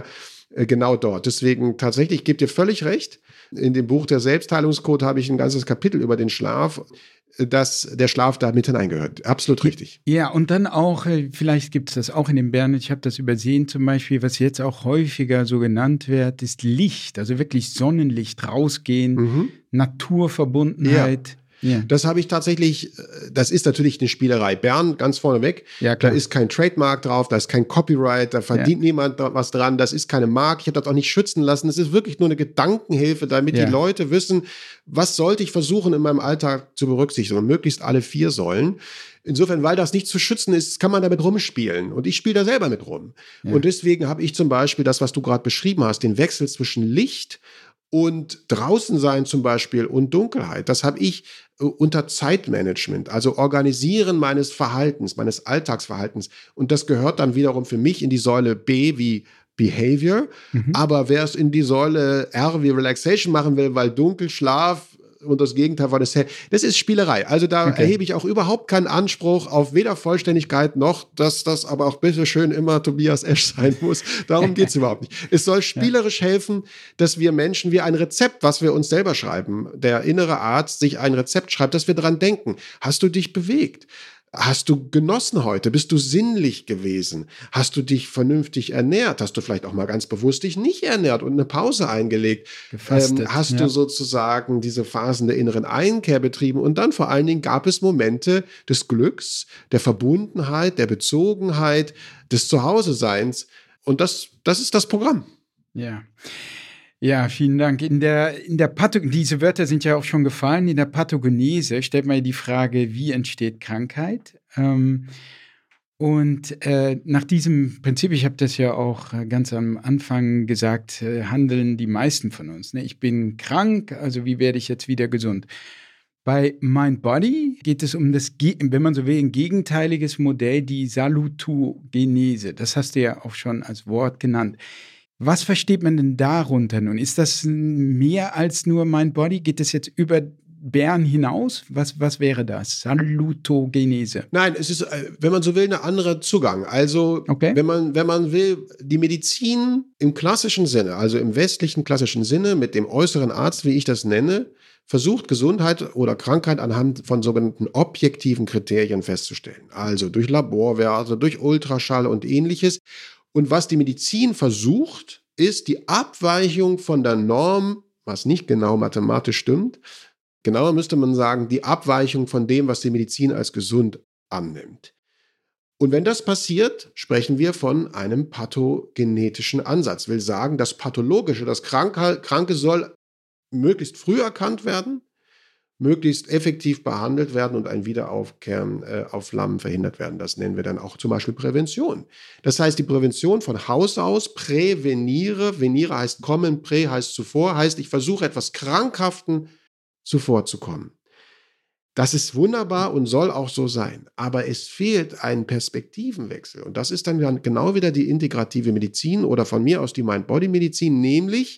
genau dort. Deswegen tatsächlich, ich gebe dir völlig recht. In dem Buch der Selbstheilungscode habe ich ein ganzes Kapitel über den Schlaf, dass der Schlaf da mit hineingehört. Absolut richtig. Ja, und dann auch, vielleicht gibt es das auch in den Bernen, ich habe das übersehen zum Beispiel, was jetzt auch häufiger so genannt wird, ist Licht, also wirklich Sonnenlicht, rausgehen, Naturverbundenheit. Ja. Das habe ich tatsächlich, das ist natürlich eine Spielerei. Bern, ganz vorneweg, ja, klar. Da ist kein Trademark drauf, da ist kein Copyright, da verdient niemand was dran, das ist keine Marke, ich habe das auch nicht schützen lassen, es ist wirklich nur eine Gedankenhilfe, damit die Leute wissen, was sollte ich versuchen in meinem Alltag zu berücksichtigen und möglichst alle 4 Säulen. Insofern, weil das nicht zu schützen ist, kann man damit rumspielen. Und ich spiele da selber mit rum. Ja. Und deswegen habe ich zum Beispiel das, was du gerade beschrieben hast, den Wechsel zwischen Licht und draußen sein zum Beispiel und Dunkelheit. Das habe ich unter Zeitmanagement, also Organisieren meines Verhaltens, meines Alltagsverhaltens. Und das gehört dann wiederum für mich in die Säule B wie Behavior. Aber wer es in die Säule R wie Relaxation machen will, weil Dunkel, Schlaf und das Gegenteil von das ist Spielerei. Also da erhebe ich auch überhaupt keinen Anspruch auf weder Vollständigkeit noch, dass das aber auch bitte schön immer Tobias Esch sein muss. Darum geht es überhaupt nicht. Es soll spielerisch helfen, dass wir Menschen wie ein Rezept, was wir uns selber schreiben, der innere Arzt sich ein Rezept schreibt, dass wir dran denken. Hast du dich bewegt? Hast du genossen heute? Bist du sinnlich gewesen? Hast du dich vernünftig ernährt? Hast du vielleicht auch mal ganz bewusst dich nicht ernährt und eine Pause eingelegt? Hast du sozusagen diese Phasen der inneren Einkehr betrieben? Und dann vor allen Dingen gab es Momente des Glücks, der Verbundenheit, der Bezogenheit, des Zuhause-Seins. Und das ist das Programm. Ja. Ja, vielen Dank. In der diese Wörter sind ja auch schon gefallen. In der Pathogenese stellt man ja die Frage, wie entsteht Krankheit? Nach diesem Prinzip, ich habe das ja auch ganz am Anfang gesagt, handeln die meisten von uns. Ne? Ich bin krank, also wie werde ich jetzt wieder gesund? Bei Mind Body geht es um das, wenn man so will, ein gegenteiliges Modell, die Salutogenese. Das hast du ja auch schon als Wort genannt. Was versteht man denn darunter nun? Ist das mehr als nur Mind Body? Geht es jetzt über Bern hinaus? Was wäre das? Salutogenese? Nein, es ist, wenn man so will, ein anderer Zugang. Also, wenn man will, die Medizin im klassischen Sinne, also im westlichen klassischen Sinne, mit dem äußeren Arzt, wie ich das nenne, versucht Gesundheit oder Krankheit anhand von sogenannten objektiven Kriterien festzustellen. Also durch Laborwerte, durch Ultraschall und Ähnliches. Und was die Medizin versucht, ist die Abweichung von der Norm, was nicht genau mathematisch stimmt. Genauer müsste man sagen, die Abweichung von dem, was die Medizin als gesund annimmt. Und wenn das passiert, sprechen wir von einem pathogenetischen Ansatz. Will sagen, das Pathologische, das Kranke soll möglichst früh erkannt werden, möglichst effektiv behandelt werden und ein Wiederaufkehren auf Flammen verhindert werden. Das nennen wir dann auch zum Beispiel Prävention. Das heißt, die Prävention von Haus aus, präveniere, veniere heißt kommen, prä heißt zuvor, heißt, ich versuche etwas Krankhaften zuvorzukommen. Das ist wunderbar und soll auch so sein. Aber es fehlt ein Perspektivenwechsel. Und das ist dann genau wieder die integrative Medizin oder von mir aus die Mind-Body-Medizin, nämlich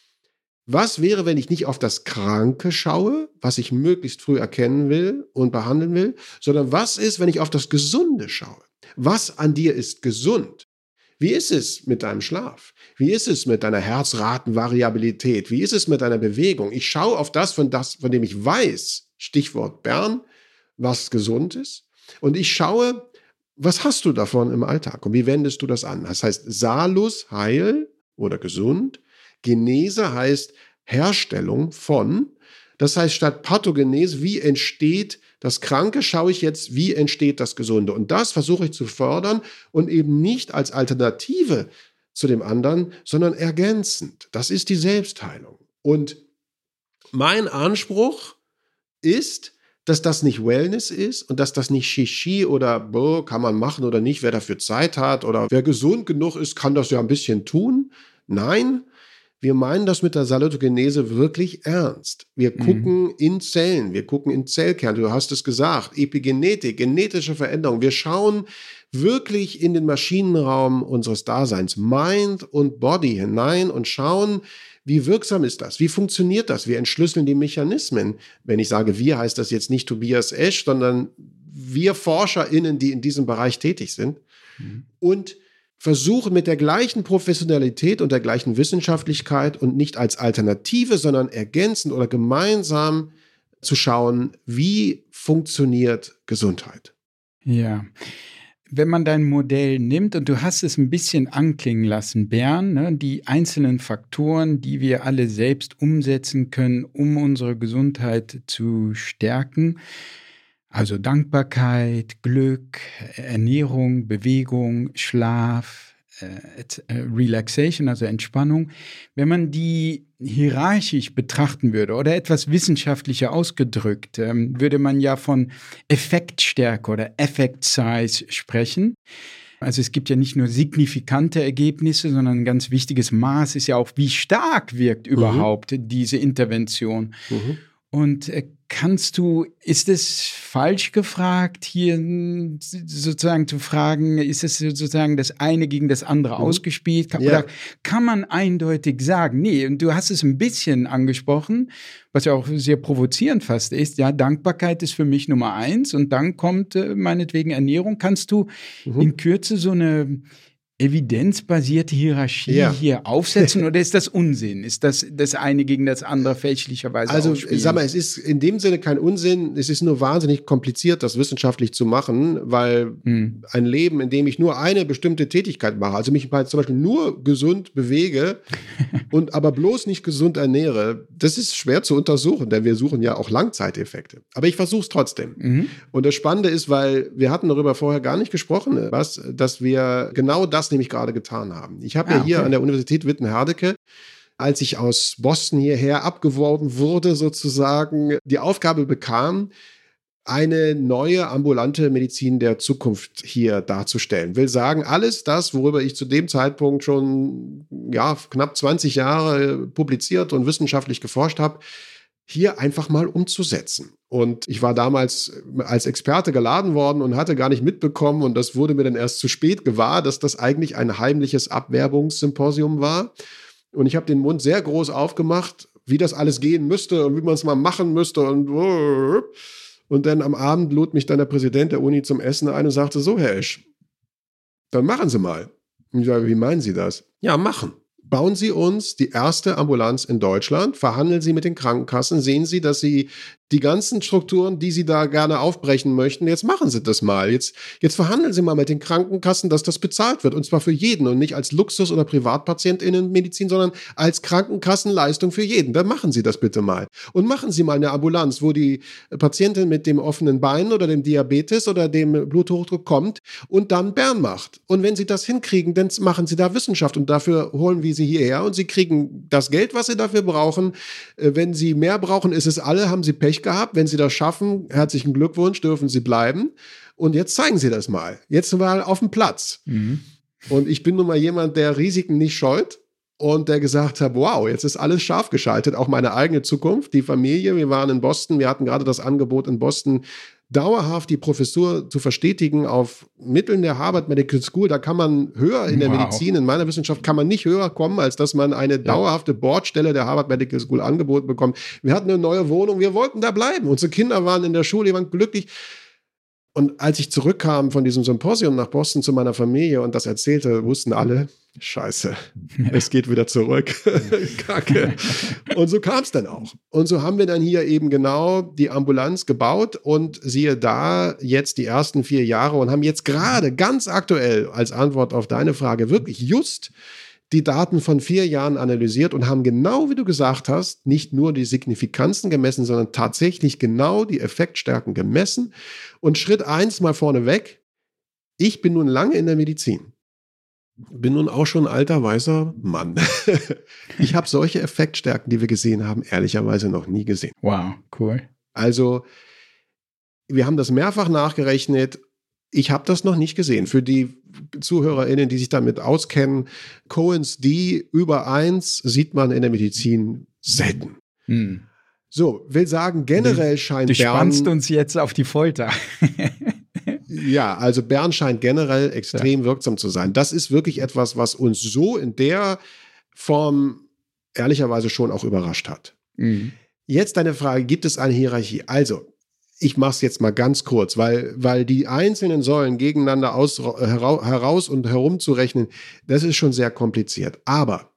was wäre, wenn ich nicht auf das Kranke schaue, was ich möglichst früh erkennen will und behandeln will, sondern was ist, wenn ich auf das Gesunde schaue? Was an dir ist gesund? Wie ist es mit deinem Schlaf? Wie ist es mit deiner Herzratenvariabilität? Wie ist es mit deiner Bewegung? Ich schaue auf das, von dem ich weiß, Stichwort Bern, was gesund ist. Und ich schaue, was hast du davon im Alltag und wie wendest du das an? Das heißt, Salus, Heil oder gesund. Genese heißt Herstellung von. Das heißt, statt Pathogenese, wie entsteht das Kranke, schaue ich jetzt, wie entsteht das Gesunde. Und das versuche ich zu fördern und eben nicht als Alternative zu dem anderen, sondern ergänzend. Das ist die Selbstheilung. Und mein Anspruch ist, dass das nicht Wellness ist und dass das nicht Shishi oder kann man machen oder nicht, wer dafür Zeit hat oder wer gesund genug ist, kann das ja ein bisschen tun. Nein, wir meinen das mit der Salutogenese wirklich ernst. Wir gucken in Zellen, wir gucken in Zellkern, du hast es gesagt, Epigenetik, genetische Veränderung. Wir schauen wirklich in den Maschinenraum unseres Daseins, Mind und Body hinein und schauen, wie wirksam ist das? Wie funktioniert das? Wir entschlüsseln die Mechanismen. Wenn ich sage wir, heißt das jetzt nicht Tobias Esch, sondern wir ForscherInnen, die in diesem Bereich tätig sind. Und versuchen mit der gleichen Professionalität und der gleichen Wissenschaftlichkeit und nicht als Alternative, sondern ergänzend oder gemeinsam zu schauen, wie funktioniert Gesundheit. Ja. Wenn man dein Modell nimmt, und du hast es ein bisschen anklingen lassen, Bernd, ne, die einzelnen Faktoren, die wir alle selbst umsetzen können, um unsere Gesundheit zu stärken, also Dankbarkeit, Glück, Ernährung, Bewegung, Schlaf, Relaxation, also Entspannung. Wenn man die hierarchisch betrachten würde oder etwas wissenschaftlicher ausgedrückt, würde man ja von Effektstärke oder Effect Size sprechen. Also es gibt ja nicht nur signifikante Ergebnisse, sondern ein ganz wichtiges Maß ist ja auch, wie stark wirkt überhaupt diese Intervention. Und ist es falsch gefragt, hier sozusagen zu fragen, ist es sozusagen das eine gegen das andere ausgespielt? Oder kann man eindeutig sagen, nee, und du hast es ein bisschen angesprochen, was ja auch sehr provozierend fast ist, ja, Dankbarkeit ist für mich Nummer 1 und dann kommt meinetwegen Ernährung. Kannst du in Kürze so eine evidenzbasierte Hierarchie hier aufsetzen oder ist das Unsinn? Ist das eine gegen das andere fälschlicherweise ausspielen? Also, sag mal, es ist in dem Sinne kein Unsinn, es ist nur wahnsinnig kompliziert, das wissenschaftlich zu machen, weil ein Leben, in dem ich nur eine bestimmte Tätigkeit mache, also mich zum Beispiel nur gesund bewege und aber bloß nicht gesund ernähre, das ist schwer zu untersuchen, denn wir suchen ja auch Langzeiteffekte. Aber ich versuche es trotzdem. Und das Spannende ist, weil wir hatten darüber vorher gar nicht gesprochen, dass wir genau das nämlich gerade getan haben. Ich habe hier an der Universität Witten-Herdecke, als ich aus Boston hierher abgeworben wurde, sozusagen die Aufgabe bekam, eine neue ambulante Medizin der Zukunft hier darzustellen. Will sagen, alles das, worüber ich zu dem Zeitpunkt schon knapp 20 Jahre publiziert und wissenschaftlich geforscht habe, hier einfach mal umzusetzen. Und ich war damals als Experte geladen worden und hatte gar nicht mitbekommen, und das wurde mir dann erst zu spät gewahr, dass das eigentlich ein heimliches Abwerbungssymposium war. Und ich habe den Mund sehr groß aufgemacht, wie das alles gehen müsste und wie man es mal machen müsste. Und dann am Abend lud mich dann der Präsident der Uni zum Essen ein und sagte, so Herr Esch, dann machen Sie mal. Und ich sage, wie meinen Sie das? Ja, machen. Bauen Sie uns die erste Ambulanz in Deutschland, verhandeln Sie mit den Krankenkassen, sehen Sie, dass Sie die ganzen Strukturen, die Sie da gerne aufbrechen möchten, jetzt machen Sie das mal. Jetzt verhandeln Sie mal mit den Krankenkassen, dass das bezahlt wird. Und zwar für jeden und nicht als Luxus- oder PrivatpatientInnenmedizin, sondern als Krankenkassenleistung für jeden. Dann machen Sie das bitte mal. Und machen Sie mal eine Ambulanz, wo die Patientin mit dem offenen Bein oder dem Diabetes oder dem Bluthochdruck kommt und dann Bern macht. Und wenn Sie das hinkriegen, dann machen Sie da Wissenschaft und dafür holen wir Sie hierher und Sie kriegen das Geld, was Sie dafür brauchen. Wenn Sie mehr brauchen, ist es alle, haben Sie Pech gehabt. Wenn Sie das schaffen, herzlichen Glückwunsch, dürfen Sie bleiben. Und jetzt zeigen Sie das mal. Jetzt mal auf dem Platz. Und ich bin nun mal jemand, der Risiken nicht scheut und der gesagt hat, wow, jetzt ist alles scharf geschaltet, auch meine eigene Zukunft, die Familie. Wir waren in Boston, wir hatten gerade das Angebot in Boston, dauerhaft die Professur zu verstetigen auf Mitteln der Harvard Medical School. Da kann man höher in der Medizin, in meiner Wissenschaft kann man nicht höher kommen, als dass man eine dauerhafte Bordstelle der Harvard Medical School angeboten bekommt. Wir hatten eine neue Wohnung, wir wollten da bleiben. Unsere Kinder waren in der Schule, die waren glücklich. Und als ich zurückkam von diesem Symposium nach Boston zu meiner Familie und das erzählte, wussten alle, Scheiße, es geht wieder zurück. Kacke. Und so kam es dann auch. Und so haben wir dann hier eben genau die Ambulanz gebaut und siehe da jetzt die ersten 4 Jahre und haben jetzt gerade ganz aktuell als Antwort auf deine Frage wirklich just die Daten von 4 Jahren analysiert und haben genau, wie du gesagt hast, nicht nur die Signifikanzen gemessen, sondern tatsächlich genau die Effektstärken gemessen. Und Schritt 1 mal vorneweg, ich bin nun lange in der Medizin. Bin nun auch schon ein alter, weißer Mann. Ich habe solche Effektstärken, die wir gesehen haben, ehrlicherweise noch nie gesehen. Wow, cool. Also, wir haben das mehrfach nachgerechnet. Ich habe das noch nicht gesehen. Für die ZuhörerInnen, die sich damit auskennen, Cohen's D über 1 sieht man in der Medizin selten. So, will sagen, generell scheint Bern... Du spannst uns jetzt auf die Folter. Ja, also Bern scheint generell extrem wirksam zu sein. Das ist wirklich etwas, was uns so in der Form ehrlicherweise schon auch überrascht hat. Jetzt deine Frage, gibt es eine Hierarchie? Also, ich mache es jetzt mal ganz kurz, weil die einzelnen Säulen gegeneinander heraus und herum zu rechnen, das ist schon sehr kompliziert. Aber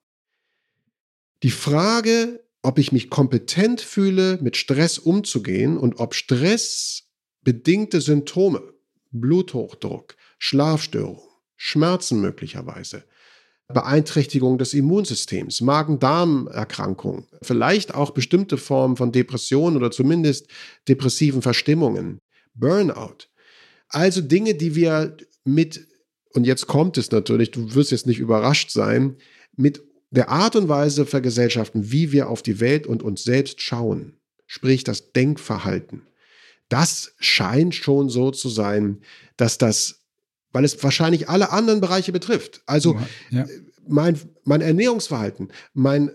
die Frage, ob ich mich kompetent fühle, mit Stress umzugehen und ob stressbedingte Symptome, Bluthochdruck, Schlafstörungen, Schmerzen möglicherweise, Beeinträchtigung des Immunsystems, Magen-Darm-Erkrankungen, vielleicht auch bestimmte Formen von Depressionen oder zumindest depressiven Verstimmungen, Burnout. Also Dinge, die wir und jetzt kommt es natürlich, du wirst jetzt nicht überrascht sein, mit der Art und Weise vergesellschaften, wie wir auf die Welt und uns selbst schauen, sprich das Denkverhalten. Das scheint schon so zu sein, dass weil es wahrscheinlich alle anderen Bereiche betrifft. Also mein Ernährungsverhalten, mein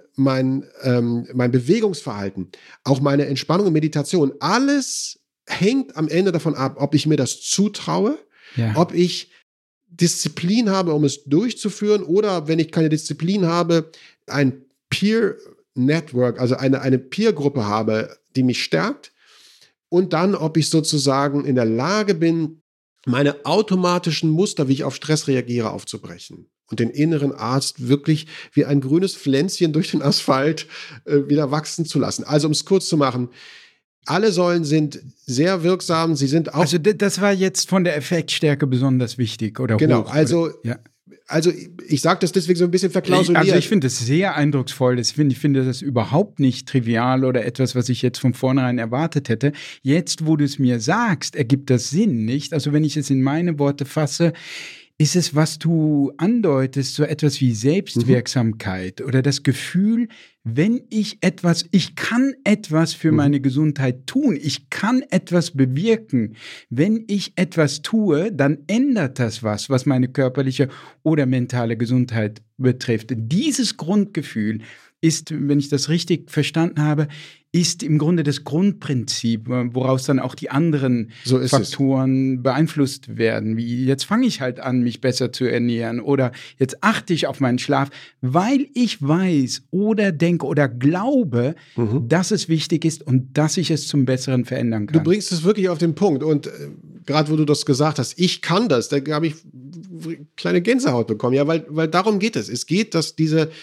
Bewegungsverhalten, auch meine Entspannung und Meditation, alles hängt am Ende davon ab, ob ich mir das zutraue, ob ich Disziplin habe, um es durchzuführen, oder wenn ich keine Disziplin habe, ein Peer Network, also eine Peer-Gruppe habe, die mich stärkt, und dann, ob ich sozusagen in der Lage bin, meine automatischen Muster, wie ich auf Stress reagiere, aufzubrechen und den inneren Arzt wirklich wie ein grünes Pflänzchen durch den Asphalt wieder wachsen zu lassen. Also, um es kurz zu machen, alle Säulen sind sehr wirksam. Sie sind auch. Also, das war jetzt von der Effektstärke besonders wichtig, oder? Genau, hoch, also. Oder? Ja. Also ich sage das deswegen so ein bisschen verklausuliert. Also ich finde es sehr eindrucksvoll. Ich finde das überhaupt nicht trivial oder etwas, was ich jetzt von vornherein erwartet hätte. Jetzt, wo du es mir sagst, ergibt das Sinn, nicht? Also wenn ich es in meine Worte fasse, ist es, was du andeutest, so etwas wie Selbstwirksamkeit oder das Gefühl, ich kann etwas für meine Gesundheit tun, ich kann etwas bewirken. Wenn ich etwas tue, dann ändert das was meine körperliche oder mentale Gesundheit betrifft. Dieses Grundgefühl ist, wenn ich das richtig verstanden habe, ist im Grunde das Grundprinzip, woraus dann auch die anderen Faktoren beeinflusst werden. Wie jetzt fange ich halt an, mich besser zu ernähren, oder jetzt achte ich auf meinen Schlaf, weil ich weiß oder denke oder glaube, dass es wichtig ist und dass ich es zum Besseren verändern kann. Du bringst es wirklich auf den Punkt, und gerade wo du das gesagt hast, ich kann das, da habe ich kleine Gänsehaut bekommen, ja, weil darum geht es. Es geht, dass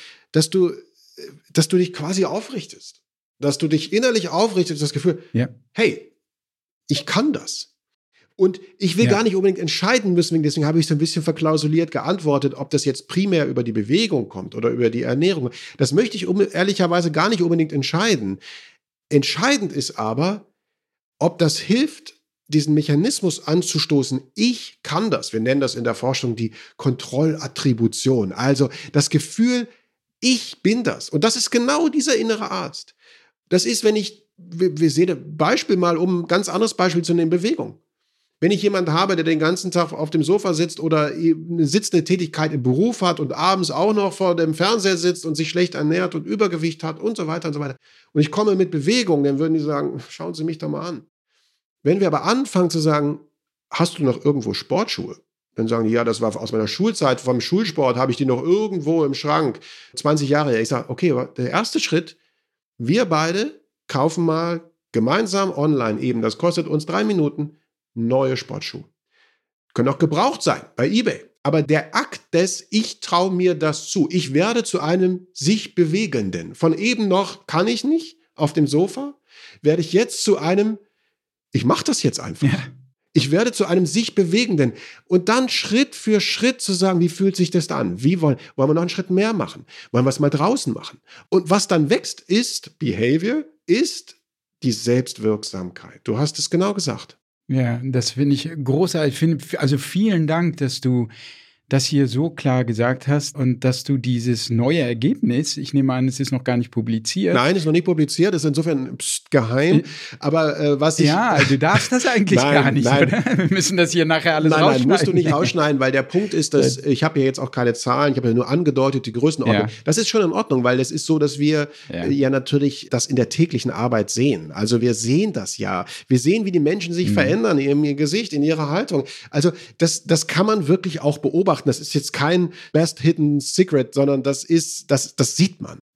du dich quasi aufrichtest. Dass du dich innerlich aufrichtest, das Gefühl, hey, ich kann das. Und ich will gar nicht unbedingt entscheiden müssen, deswegen habe ich so ein bisschen verklausuliert geantwortet, ob das jetzt primär über die Bewegung kommt oder über die Ernährung. Das möchte ich ehrlicherweise gar nicht unbedingt entscheiden. Entscheidend ist aber, ob das hilft, diesen Mechanismus anzustoßen. Ich kann das. Wir nennen das in der Forschung die Kontrollattribution. Also das Gefühl, ich bin das. Und das ist genau dieser innere Arzt. Das ist, wir sehen ein Beispiel mal, um ein ganz anderes Beispiel zu nehmen, Bewegung. Wenn ich jemanden habe, der den ganzen Tag auf dem Sofa sitzt oder eine sitzende Tätigkeit im Beruf hat und abends auch noch vor dem Fernseher sitzt und sich schlecht ernährt und Übergewicht hat und so weiter und so weiter, und ich komme mit Bewegung, dann würden die sagen, schauen Sie mich doch mal an. Wenn wir aber anfangen zu sagen, hast du noch irgendwo Sportschuhe? Dann sagen die, ja, das war aus meiner Schulzeit, vom Schulsport habe ich die noch irgendwo im Schrank, 20 Jahre her. Ich sage, okay, aber der erste Schritt, wir beide kaufen mal gemeinsam online eben, das kostet uns 3 Minuten, neue Sportschuhe. Können auch gebraucht sein, bei eBay. Aber der Akt des, ich traue mir das zu, ich werde zu einem sich Bewegenden. Von eben noch kann ich nicht, auf dem Sofa, werde ich jetzt zu einem, ich mache das jetzt einfach. Ja. Ich werde zu einem sich Bewegenden. Und dann Schritt für Schritt zu sagen, wie fühlt sich das da an? Wollen wir noch einen Schritt mehr machen? Wollen wir es mal draußen machen? Und was dann wächst, ist Behavior, ist die Selbstwirksamkeit. Du hast es genau gesagt. Ja, das finde ich großartig. Also vielen Dank, dass du das hier so klar gesagt hast und dass du dieses neue Ergebnis, ich nehme an, es ist noch gar nicht publiziert. Nein, es ist noch nicht publiziert, es ist insofern geheim. Aber was ich... Ja, du darfst das eigentlich gar nicht, oder? Wir müssen das hier nachher alles rausschneiden. Nein, musst du nicht rausschneiden, weil der Punkt ist, dass ich habe ja jetzt auch keine Zahlen, ich habe ja nur angedeutet, die Größenordnung. Ja. Das ist schon in Ordnung, weil es ist so, dass wir ja natürlich das in der täglichen Arbeit sehen. Also wir sehen das ja. Wir sehen, wie die Menschen sich verändern in ihrem Gesicht, in ihrer Haltung. Also das kann man wirklich auch beobachten. Das ist jetzt kein Best Hidden Secret, sondern das sieht man.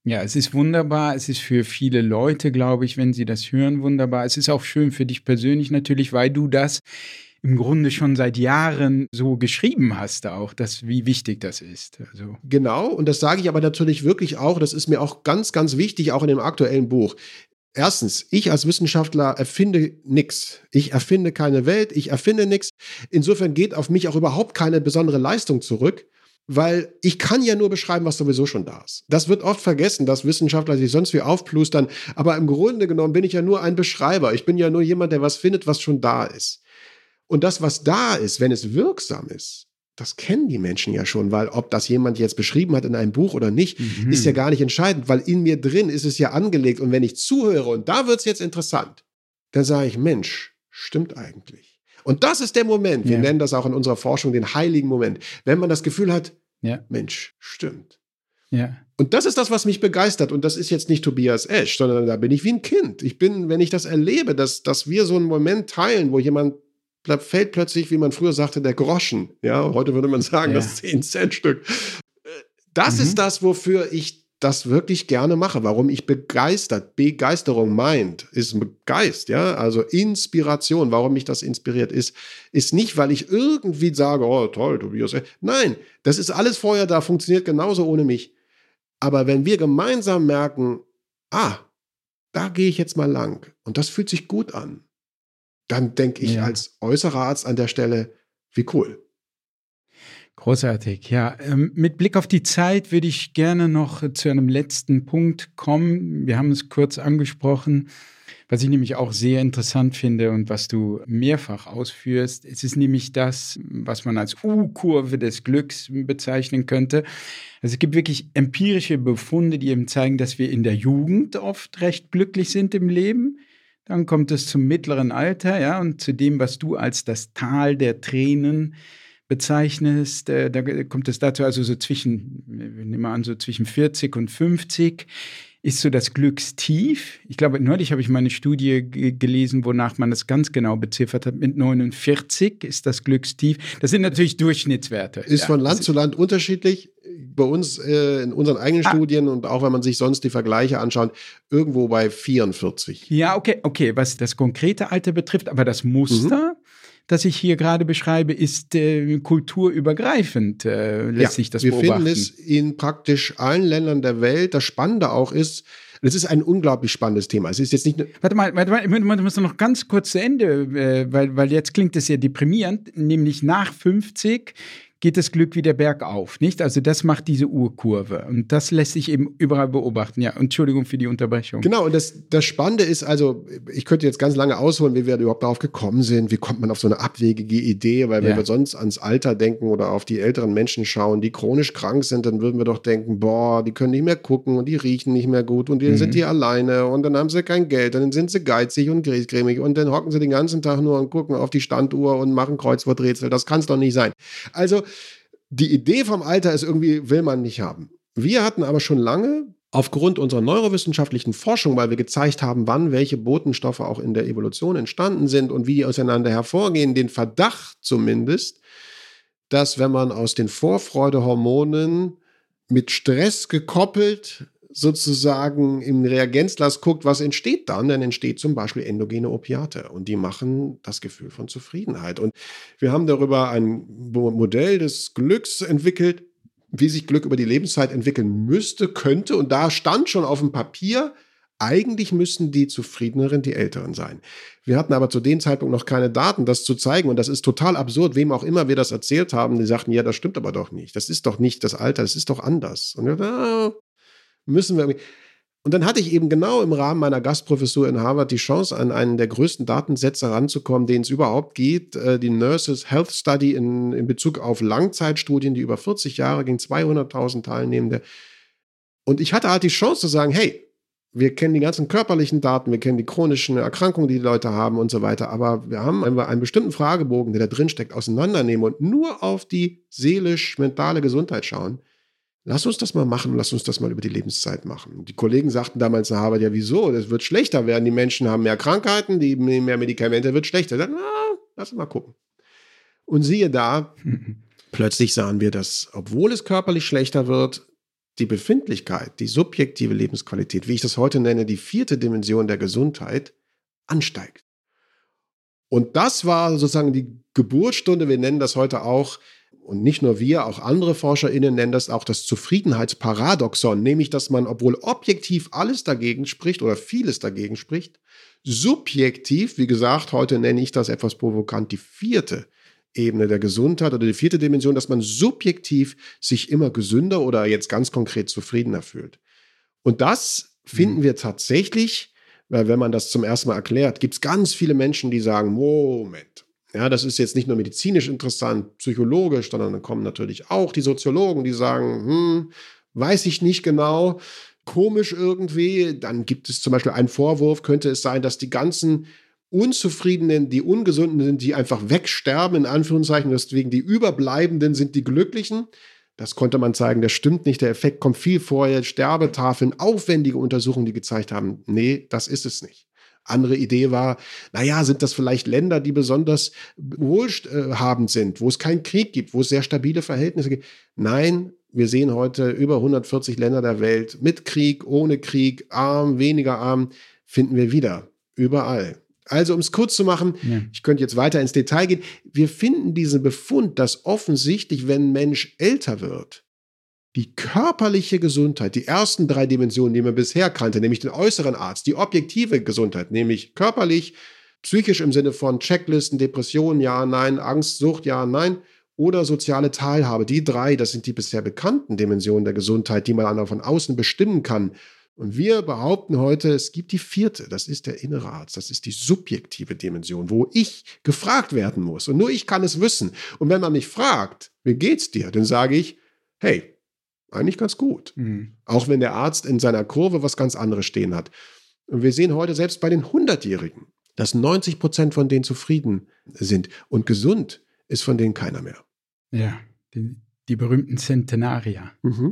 Ja, es ist wunderbar. Es ist für viele Leute, glaube ich, wenn sie das hören, wunderbar. Es ist auch schön für dich persönlich natürlich, weil du das im Grunde schon seit Jahren so geschrieben hast auch, wie wichtig das ist. Also. Genau, und das sage ich aber natürlich wirklich auch, das ist mir auch ganz, ganz wichtig, auch in dem aktuellen Buch. Erstens, ich als Wissenschaftler erfinde nichts. Ich erfinde keine Welt, ich erfinde nichts. Insofern geht auf mich auch überhaupt keine besondere Leistung zurück, weil ich kann ja nur beschreiben, was sowieso schon da ist. Das wird oft vergessen, dass Wissenschaftler sich sonst wie aufplustern, aber im Grunde genommen bin ich ja nur ein Beschreiber. Ich bin ja nur jemand, der was findet, was schon da ist. Und das, was da ist, wenn es wirksam ist, das kennen die Menschen ja schon, weil ob das jemand jetzt beschrieben hat in einem Buch oder nicht, ist ja gar nicht entscheidend, weil in mir drin ist es ja angelegt. Und wenn ich zuhöre, und da wird es jetzt interessant, dann sage ich, Mensch, stimmt eigentlich. Und das ist der Moment, wir nennen das auch in unserer Forschung den heiligen Moment, wenn man das Gefühl hat, Mensch, stimmt. Ja. Und das ist das, was mich begeistert. Und das ist jetzt nicht Tobias Esch, sondern da bin ich wie ein Kind. Ich bin, wenn ich das erlebe, dass wir so einen Moment teilen, wo jemand fällt plötzlich, wie man früher sagte, der Groschen. Ja, heute würde man sagen, das 10-Cent-Stück. Das ist das, wofür ich das wirklich gerne mache. Warum ich begeistert, Begeisterung meint, ist Geist, ja, also Inspiration. Warum mich das inspiriert ist nicht, weil ich irgendwie sage, oh toll, Tobias. Nein, das ist alles vorher da, funktioniert genauso ohne mich. Aber wenn wir gemeinsam merken, da gehe ich jetzt mal lang und das fühlt sich gut an, dann denke ich als äußerer Arzt an der Stelle, wie cool. Großartig, ja. Mit Blick auf die Zeit würde ich gerne noch zu einem letzten Punkt kommen. Wir haben es kurz angesprochen, was ich nämlich auch sehr interessant finde und was du mehrfach ausführst. Es ist nämlich das, was man als U-Kurve des Glücks bezeichnen könnte. Also es gibt wirklich empirische Befunde, die eben zeigen, dass wir in der Jugend oft recht glücklich sind im Leben. Dann kommt es zum mittleren Alter, ja, und zu dem, was du als das Tal der Tränen bezeichnest. Da kommt es dazu, also so zwischen, wir nehmen mal an, so zwischen 40 und 50 ist so das Glückstief. Ich glaube, neulich habe ich mal eine Studie gelesen, wonach man das ganz genau beziffert hat. Mit 49 ist das Glückstief. Das sind natürlich Durchschnittswerte. Ist von Land zu Land unterschiedlich. Bei uns in unseren eigenen Studien und auch wenn man sich sonst die Vergleiche anschaut, irgendwo bei 44. Ja, okay, was das konkrete Alter betrifft, aber das Muster, das ich hier gerade beschreibe, ist kulturübergreifend, lässt sich das beobachten. Wir finden es in praktisch allen Ländern der Welt. Das Spannende auch ist, das ist ein unglaublich spannendes Thema. Es ist jetzt nicht. Warte mal, man muss noch ganz kurz zu Ende, weil jetzt klingt es ja deprimierend, nämlich nach 50 geht das Glück wieder bergauf, nicht? Also das macht diese Urkurve und das lässt sich eben überall beobachten. Ja, Entschuldigung für die Unterbrechung. Genau, und das Spannende ist, also ich könnte jetzt ganz lange ausholen, wie wir überhaupt darauf gekommen sind, wie kommt man auf so eine abwegige Idee, weil wenn wir sonst ans Alter denken oder auf die älteren Menschen schauen, die chronisch krank sind, dann würden wir doch denken, boah, die können nicht mehr gucken und die riechen nicht mehr gut und dann sind die alleine und dann haben sie kein Geld, dann sind sie geizig und griesgrämig und dann hocken sie den ganzen Tag nur und gucken auf die Standuhr und machen Kreuzworträtsel. Das kann es doch nicht sein. Also die Idee vom Alter ist irgendwie, will man nicht haben. Wir hatten aber schon lange, aufgrund unserer neurowissenschaftlichen Forschung, weil wir gezeigt haben, wann welche Botenstoffe auch in der Evolution entstanden sind und wie die auseinander hervorgehen, den Verdacht zumindest, dass wenn man aus den Vorfreudehormonen mit Stress gekoppelt sozusagen im Reagenzglas guckt, was entsteht dann entsteht zum Beispiel endogene Opiate und die machen das Gefühl von Zufriedenheit. Und wir haben darüber ein Modell des Glücks entwickelt, wie sich Glück über die Lebenszeit entwickeln müsste, könnte und da stand schon auf dem Papier, eigentlich müssten die Zufriedeneren die Älteren sein. Wir hatten aber zu dem Zeitpunkt noch keine Daten, das zu zeigen und das ist total absurd, wem auch immer wir das erzählt haben, die sagten, ja, das stimmt aber doch nicht, das ist doch nicht das Alter, das ist doch anders. Und müssen wir irgendwie. Und dann hatte ich eben genau im Rahmen meiner Gastprofessur in Harvard die Chance, an einen der größten Datensätze ranzukommen, den es überhaupt geht, die Nurses Health Study in Bezug auf Langzeitstudien, die über 40 Jahre gegen 200.000 Teilnehmende. Und ich hatte halt die Chance zu sagen, hey, wir kennen die ganzen körperlichen Daten, wir kennen die chronischen Erkrankungen, die Leute haben und so weiter, aber wir haben, wenn wir einen bestimmten Fragebogen, der da drin steckt, auseinandernehmen und nur auf die seelisch-mentale Gesundheit schauen, lass uns das mal machen, lass uns das mal über die Lebenszeit machen. Die Kollegen sagten damals in Harvard, ja wieso, das wird schlechter werden, die Menschen haben mehr Krankheiten, die nehmen mehr Medikamente, wird schlechter. Dann, lass uns mal gucken. Und siehe da, plötzlich sahen wir, dass, obwohl es körperlich schlechter wird, die Befindlichkeit, die subjektive Lebensqualität, wie ich das heute nenne, die 4. Dimension der Gesundheit, ansteigt. Und das war sozusagen die Geburtsstunde, wir nennen das heute auch, und nicht nur wir, auch andere ForscherInnen nennen das auch das Zufriedenheitsparadoxon, nämlich, dass man, obwohl objektiv alles dagegen spricht oder vieles dagegen spricht, subjektiv, wie gesagt, heute nenne ich das etwas provokant, die 4. Ebene der Gesundheit oder die 4. Dimension, dass man subjektiv sich immer gesünder oder jetzt ganz konkret zufriedener fühlt. Und das finden wir tatsächlich, weil wenn man das zum ersten Mal erklärt, gibt es ganz viele Menschen, die sagen, Moment, ja, das ist jetzt nicht nur medizinisch interessant, psychologisch, sondern dann kommen natürlich auch die Soziologen, die sagen, weiß ich nicht genau, komisch irgendwie. Dann gibt es zum Beispiel einen Vorwurf, könnte es sein, dass die ganzen Unzufriedenen, die Ungesunden sind, die einfach wegsterben, in Anführungszeichen, deswegen die Überbleibenden sind die Glücklichen. Das konnte man zeigen, das stimmt nicht, der Effekt kommt viel vorher, Sterbetafeln, aufwendige Untersuchungen, die gezeigt haben, nee, das ist es nicht. Andere Idee war, sind das vielleicht Länder, die besonders wohlhabend sind, wo es keinen Krieg gibt, wo es sehr stabile Verhältnisse gibt? Nein, wir sehen heute über 140 Länder der Welt mit Krieg, ohne Krieg, arm, weniger arm, finden wir wieder, überall. Also, um es kurz zu machen, Ich könnte jetzt weiter ins Detail gehen. Wir finden diesen Befund, dass offensichtlich, wenn ein Mensch älter wird, die körperliche Gesundheit, die ersten 3 Dimensionen, die man bisher kannte, nämlich den äußeren Arzt, die objektive Gesundheit, nämlich körperlich, psychisch im Sinne von Checklisten, Depressionen, ja, nein, Angst, Sucht, ja, nein, oder soziale Teilhabe. Die 3, das sind die bisher bekannten Dimensionen der Gesundheit, die man von außen bestimmen kann. Und wir behaupten heute, es gibt die 4., das ist der innere Arzt, das ist die subjektive Dimension, wo ich gefragt werden muss. Und nur ich kann es wissen. Und wenn man mich fragt, wie geht's dir, dann sage ich, hey, eigentlich ganz gut. Auch wenn der Arzt in seiner Kurve was ganz anderes stehen hat. Und wir sehen heute selbst bei den 100-Jährigen, dass 90% von denen zufrieden sind. Und gesund ist von denen keiner mehr. Ja, die berühmten Centenarier.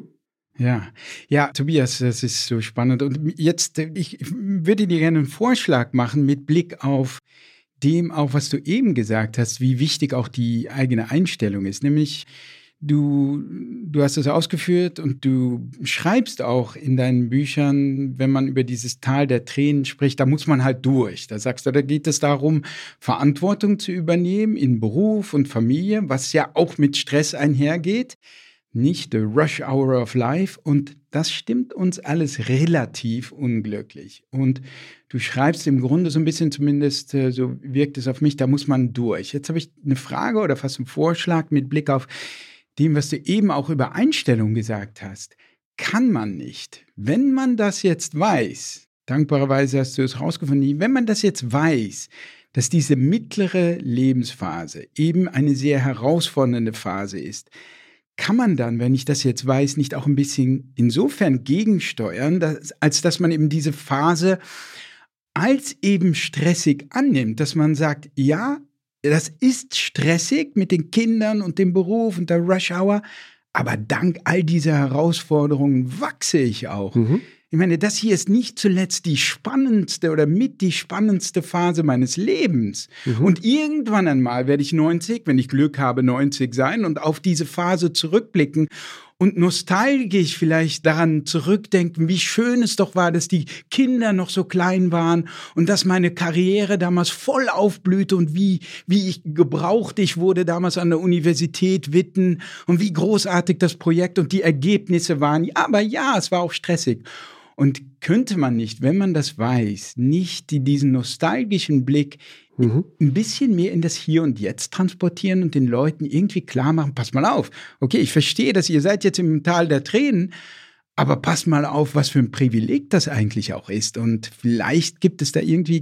Ja, Tobias, das ist so spannend. Und jetzt, ich würde dir gerne einen Vorschlag machen mit Blick auf dem auch, was du eben gesagt hast, wie wichtig auch die eigene Einstellung ist. Nämlich, du hast es ausgeführt und du schreibst auch in deinen Büchern, wenn man über dieses Tal der Tränen spricht, da muss man halt durch. Da sagst du, da geht es darum, Verantwortung zu übernehmen in Beruf und Familie, was ja auch mit Stress einhergeht. Nicht the rush hour of life. Und das stimmt uns alles relativ unglücklich. Und du schreibst im Grunde so ein bisschen, zumindest so wirkt es auf mich, da muss man durch. Jetzt habe ich eine Frage oder fast einen Vorschlag mit Blick auf dem, was du eben auch über Einstellung gesagt hast. Kann man nicht, wenn man das jetzt weiß, dankbarerweise hast du es rausgefunden, wenn man das jetzt weiß, dass diese mittlere Lebensphase eben eine sehr herausfordernde Phase ist, kann man dann, wenn ich das jetzt weiß, nicht auch ein bisschen insofern gegensteuern, als dass man eben diese Phase als eben stressig annimmt, dass man sagt, ja, das ist stressig mit den Kindern und dem Beruf und der Rush Hour, aber dank all dieser Herausforderungen wachse ich auch. Ich meine, das hier ist nicht zuletzt die spannendste oder mit die spannendste Phase meines Lebens. Und irgendwann einmal werde ich 90, wenn ich Glück habe, 90 sein und auf diese Phase zurückblicken und nostalgisch vielleicht daran zurückdenken, wie schön es doch war, dass die Kinder noch so klein waren und dass meine Karriere damals voll aufblühte und wie ich gebraucht ich wurde damals an der Universität Witten und wie großartig das Projekt und die Ergebnisse waren. Aber ja, es war auch stressig. Und könnte man nicht, wenn man das weiß, nicht diesen nostalgischen Blick ein bisschen mehr in das Hier und Jetzt transportieren und den Leuten irgendwie klar machen, pass mal auf, okay, ich verstehe, dass ihr seid jetzt im Tal der Tränen, aber pass mal auf, was für ein Privileg das eigentlich auch ist. Und vielleicht gibt es da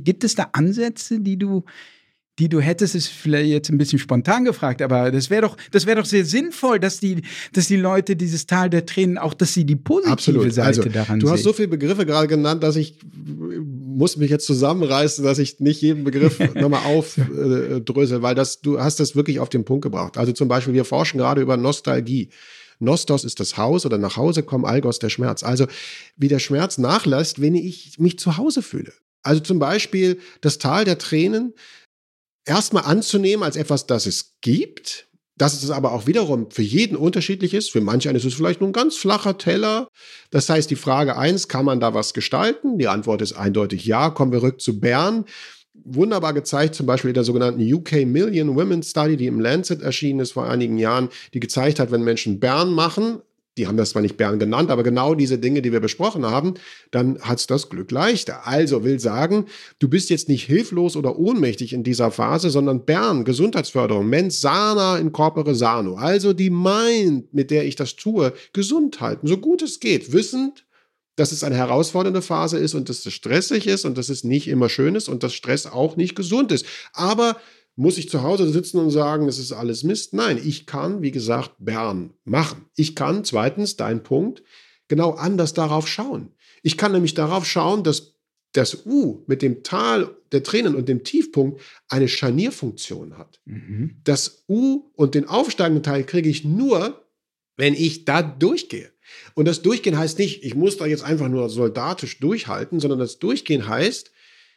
Ansätze, die du hättest, ist vielleicht jetzt ein bisschen spontan gefragt, aber das wäre doch sehr sinnvoll, dass die Leute dieses Tal der Tränen auch, dass sie die positive Seite daran sehen. Du hast so viele Begriffe gerade genannt, dass ich muss mich jetzt zusammenreißen, dass ich nicht jeden Begriff nochmal aufdrösel, weil du hast das wirklich auf den Punkt gebracht. Also zum Beispiel, wir forschen gerade über Nostalgie. Nostos ist das Haus oder nach Hause kommen, Algos der Schmerz. Also wie der Schmerz nachlässt, wenn ich mich zu Hause fühle. Also zum Beispiel das Tal der Tränen erstmal anzunehmen als etwas, das es gibt, dass es aber auch wiederum für jeden unterschiedlich ist. Für manche ist es vielleicht nur ein ganz flacher Teller. Das heißt, die Frage 1, kann man da was gestalten? Die Antwort ist eindeutig ja. Kommen wir rück zu Bern. Wunderbar gezeigt, zum Beispiel in der sogenannten UK Million Women Study, die im Lancet erschienen ist vor einigen Jahren, die gezeigt hat, wenn Menschen Bern machen, die haben das zwar nicht Bern genannt, aber genau diese Dinge, die wir besprochen haben, dann hat es das Glück leichter. Also will sagen, du bist jetzt nicht hilflos oder ohnmächtig in dieser Phase, sondern Bern, Gesundheitsförderung, mens sana in corpore sano. Also die Mind, mit der ich das tue, gesund halten, so gut es geht, wissend, dass es eine herausfordernde Phase ist und dass es stressig ist und dass es nicht immer schön ist und dass Stress auch nicht gesund ist. Aber muss ich zu Hause sitzen und sagen, es ist alles Mist? Nein, ich kann, wie gesagt, Bern machen. Ich kann, zweitens, dein Punkt, genau anders darauf schauen. Ich kann nämlich darauf schauen, dass das U mit dem Tal der Tränen und dem Tiefpunkt eine Scharnierfunktion hat. Das U und den aufsteigenden Teil kriege ich nur, wenn ich da durchgehe. Und das Durchgehen heißt nicht, ich muss da jetzt einfach nur soldatisch durchhalten, sondern das Durchgehen heißt,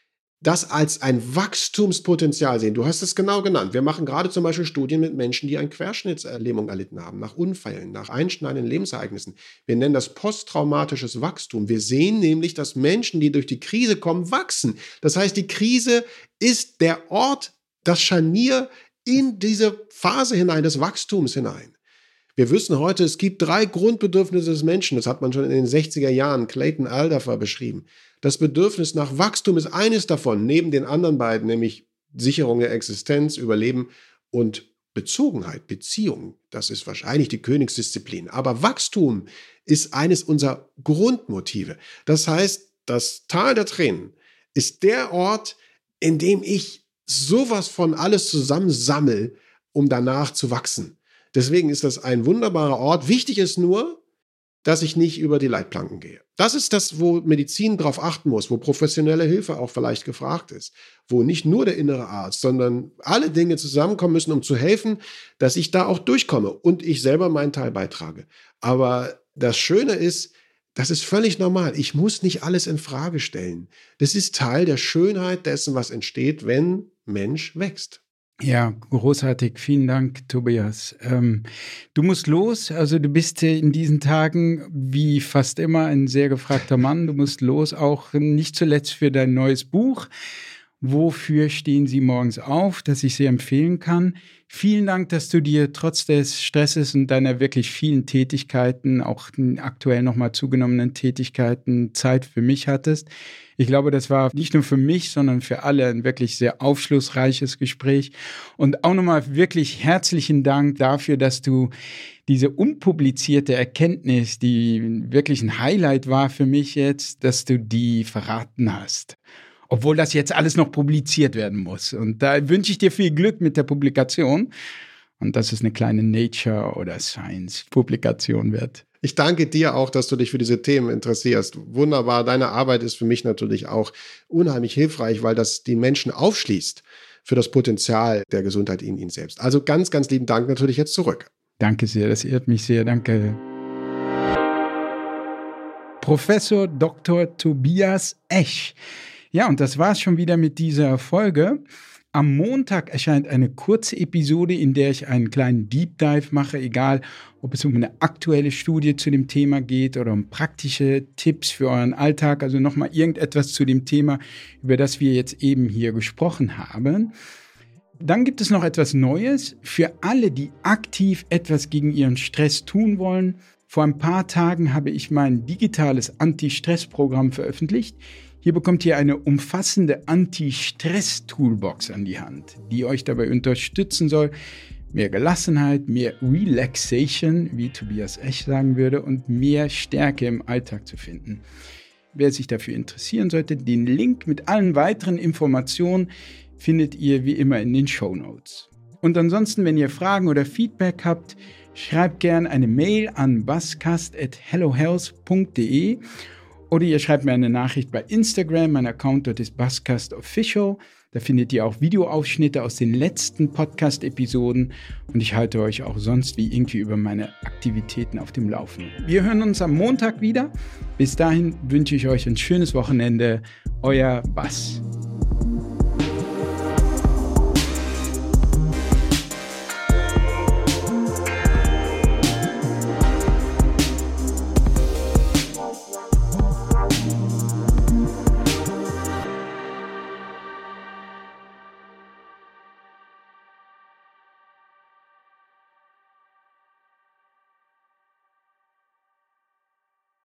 das als ein Wachstumspotenzial sehen. Du hast es genau genannt. Wir machen gerade zum Beispiel Studien mit Menschen, die eine Querschnittslähmung erlitten haben, nach Unfällen, nach einschneidenden Lebensereignissen. Wir nennen das posttraumatisches Wachstum. Wir sehen nämlich, dass Menschen, die durch die Krise kommen, wachsen. Das heißt, die Krise ist der Ort, das Scharnier in diese Phase hinein, des Wachstums hinein. Wir wissen heute, es gibt 3 Grundbedürfnisse des Menschen. Das hat man schon in den 60er Jahren Clayton Alderfer beschrieben. Das Bedürfnis nach Wachstum ist eines davon, neben den anderen beiden, nämlich Sicherung der Existenz, Überleben und Bezogenheit, Beziehung. Das ist wahrscheinlich die Königsdisziplin. Aber Wachstum ist eines unserer Grundmotive. Das heißt, das Tal der Tränen ist der Ort, in dem ich sowas von alles zusammensammle, um danach zu wachsen. Deswegen ist das ein wunderbarer Ort. Wichtig ist nur, dass ich nicht über die Leitplanken gehe. Das ist das, wo Medizin drauf achten muss, wo professionelle Hilfe auch vielleicht gefragt ist, wo nicht nur der innere Arzt, sondern alle Dinge zusammenkommen müssen, um zu helfen, dass ich da auch durchkomme und ich selber meinen Teil beitrage. Aber das Schöne ist, das ist völlig normal. Ich muss nicht alles in Frage stellen. Das ist Teil der Schönheit dessen, was entsteht, wenn Mensch wächst. Ja, großartig. Vielen Dank, Tobias. Du musst los. Also du bist in diesen Tagen wie fast immer ein sehr gefragter Mann. Du musst los, auch nicht zuletzt für dein neues Buch. Wofür stehen Sie morgens auf, das ich sehr empfehlen kann. Vielen Dank, dass du dir trotz des Stresses und deiner wirklich vielen Tätigkeiten, auch aktuell nochmal zugenommenen Tätigkeiten, Zeit für mich hattest. Ich glaube, das war nicht nur für mich, sondern für alle ein wirklich sehr aufschlussreiches Gespräch. Und auch nochmal wirklich herzlichen Dank dafür, dass du diese unpublizierte Erkenntnis, die wirklich ein Highlight war für mich jetzt, dass du die verraten hast. Obwohl das jetzt alles noch publiziert werden muss. Und da wünsche ich dir viel Glück mit der Publikation. Und dass es eine kleine Nature- oder Science-Publikation wird. Ich danke dir auch, dass du dich für diese Themen interessierst. Wunderbar. Deine Arbeit ist für mich natürlich auch unheimlich hilfreich, weil das die Menschen aufschließt für das Potenzial der Gesundheit in ihnen selbst. Also ganz, ganz lieben Dank natürlich jetzt zurück. Danke sehr, das ehrt mich sehr. Danke. Professor Dr. Tobias Ech. Ja, und das war's schon wieder mit dieser Folge. Am Montag erscheint eine kurze Episode, in der ich einen kleinen Deep Dive mache, egal ob es um eine aktuelle Studie zu dem Thema geht oder um praktische Tipps für euren Alltag, also nochmal irgendetwas zu dem Thema, über das wir jetzt eben hier gesprochen haben. Dann gibt es noch etwas Neues für alle, die aktiv etwas gegen ihren Stress tun wollen. Vor ein paar Tagen habe ich mein digitales Anti-Stress-Programm veröffentlicht. Hier bekommt ihr eine umfassende Anti-Stress-Toolbox an die Hand, die euch dabei unterstützen soll, mehr Gelassenheit, mehr Relaxation, wie Tobias Ech sagen würde, und mehr Stärke im Alltag zu finden. Wer sich dafür interessieren sollte, den Link mit allen weiteren Informationen findet ihr wie immer in den Shownotes. Und ansonsten, wenn ihr Fragen oder Feedback habt, schreibt gerne eine Mail an buzzcast@hellohealth.de oder ihr schreibt mir eine Nachricht bei Instagram. Mein Account dort ist buzzcastofficial. Da findet ihr auch Videoausschnitte aus den letzten Podcast-Episoden und ich halte euch auch sonst wie irgendwie über meine Aktivitäten auf dem Laufenden. Wir hören uns am Montag wieder. Bis dahin wünsche ich euch ein schönes Wochenende. Euer Buzz.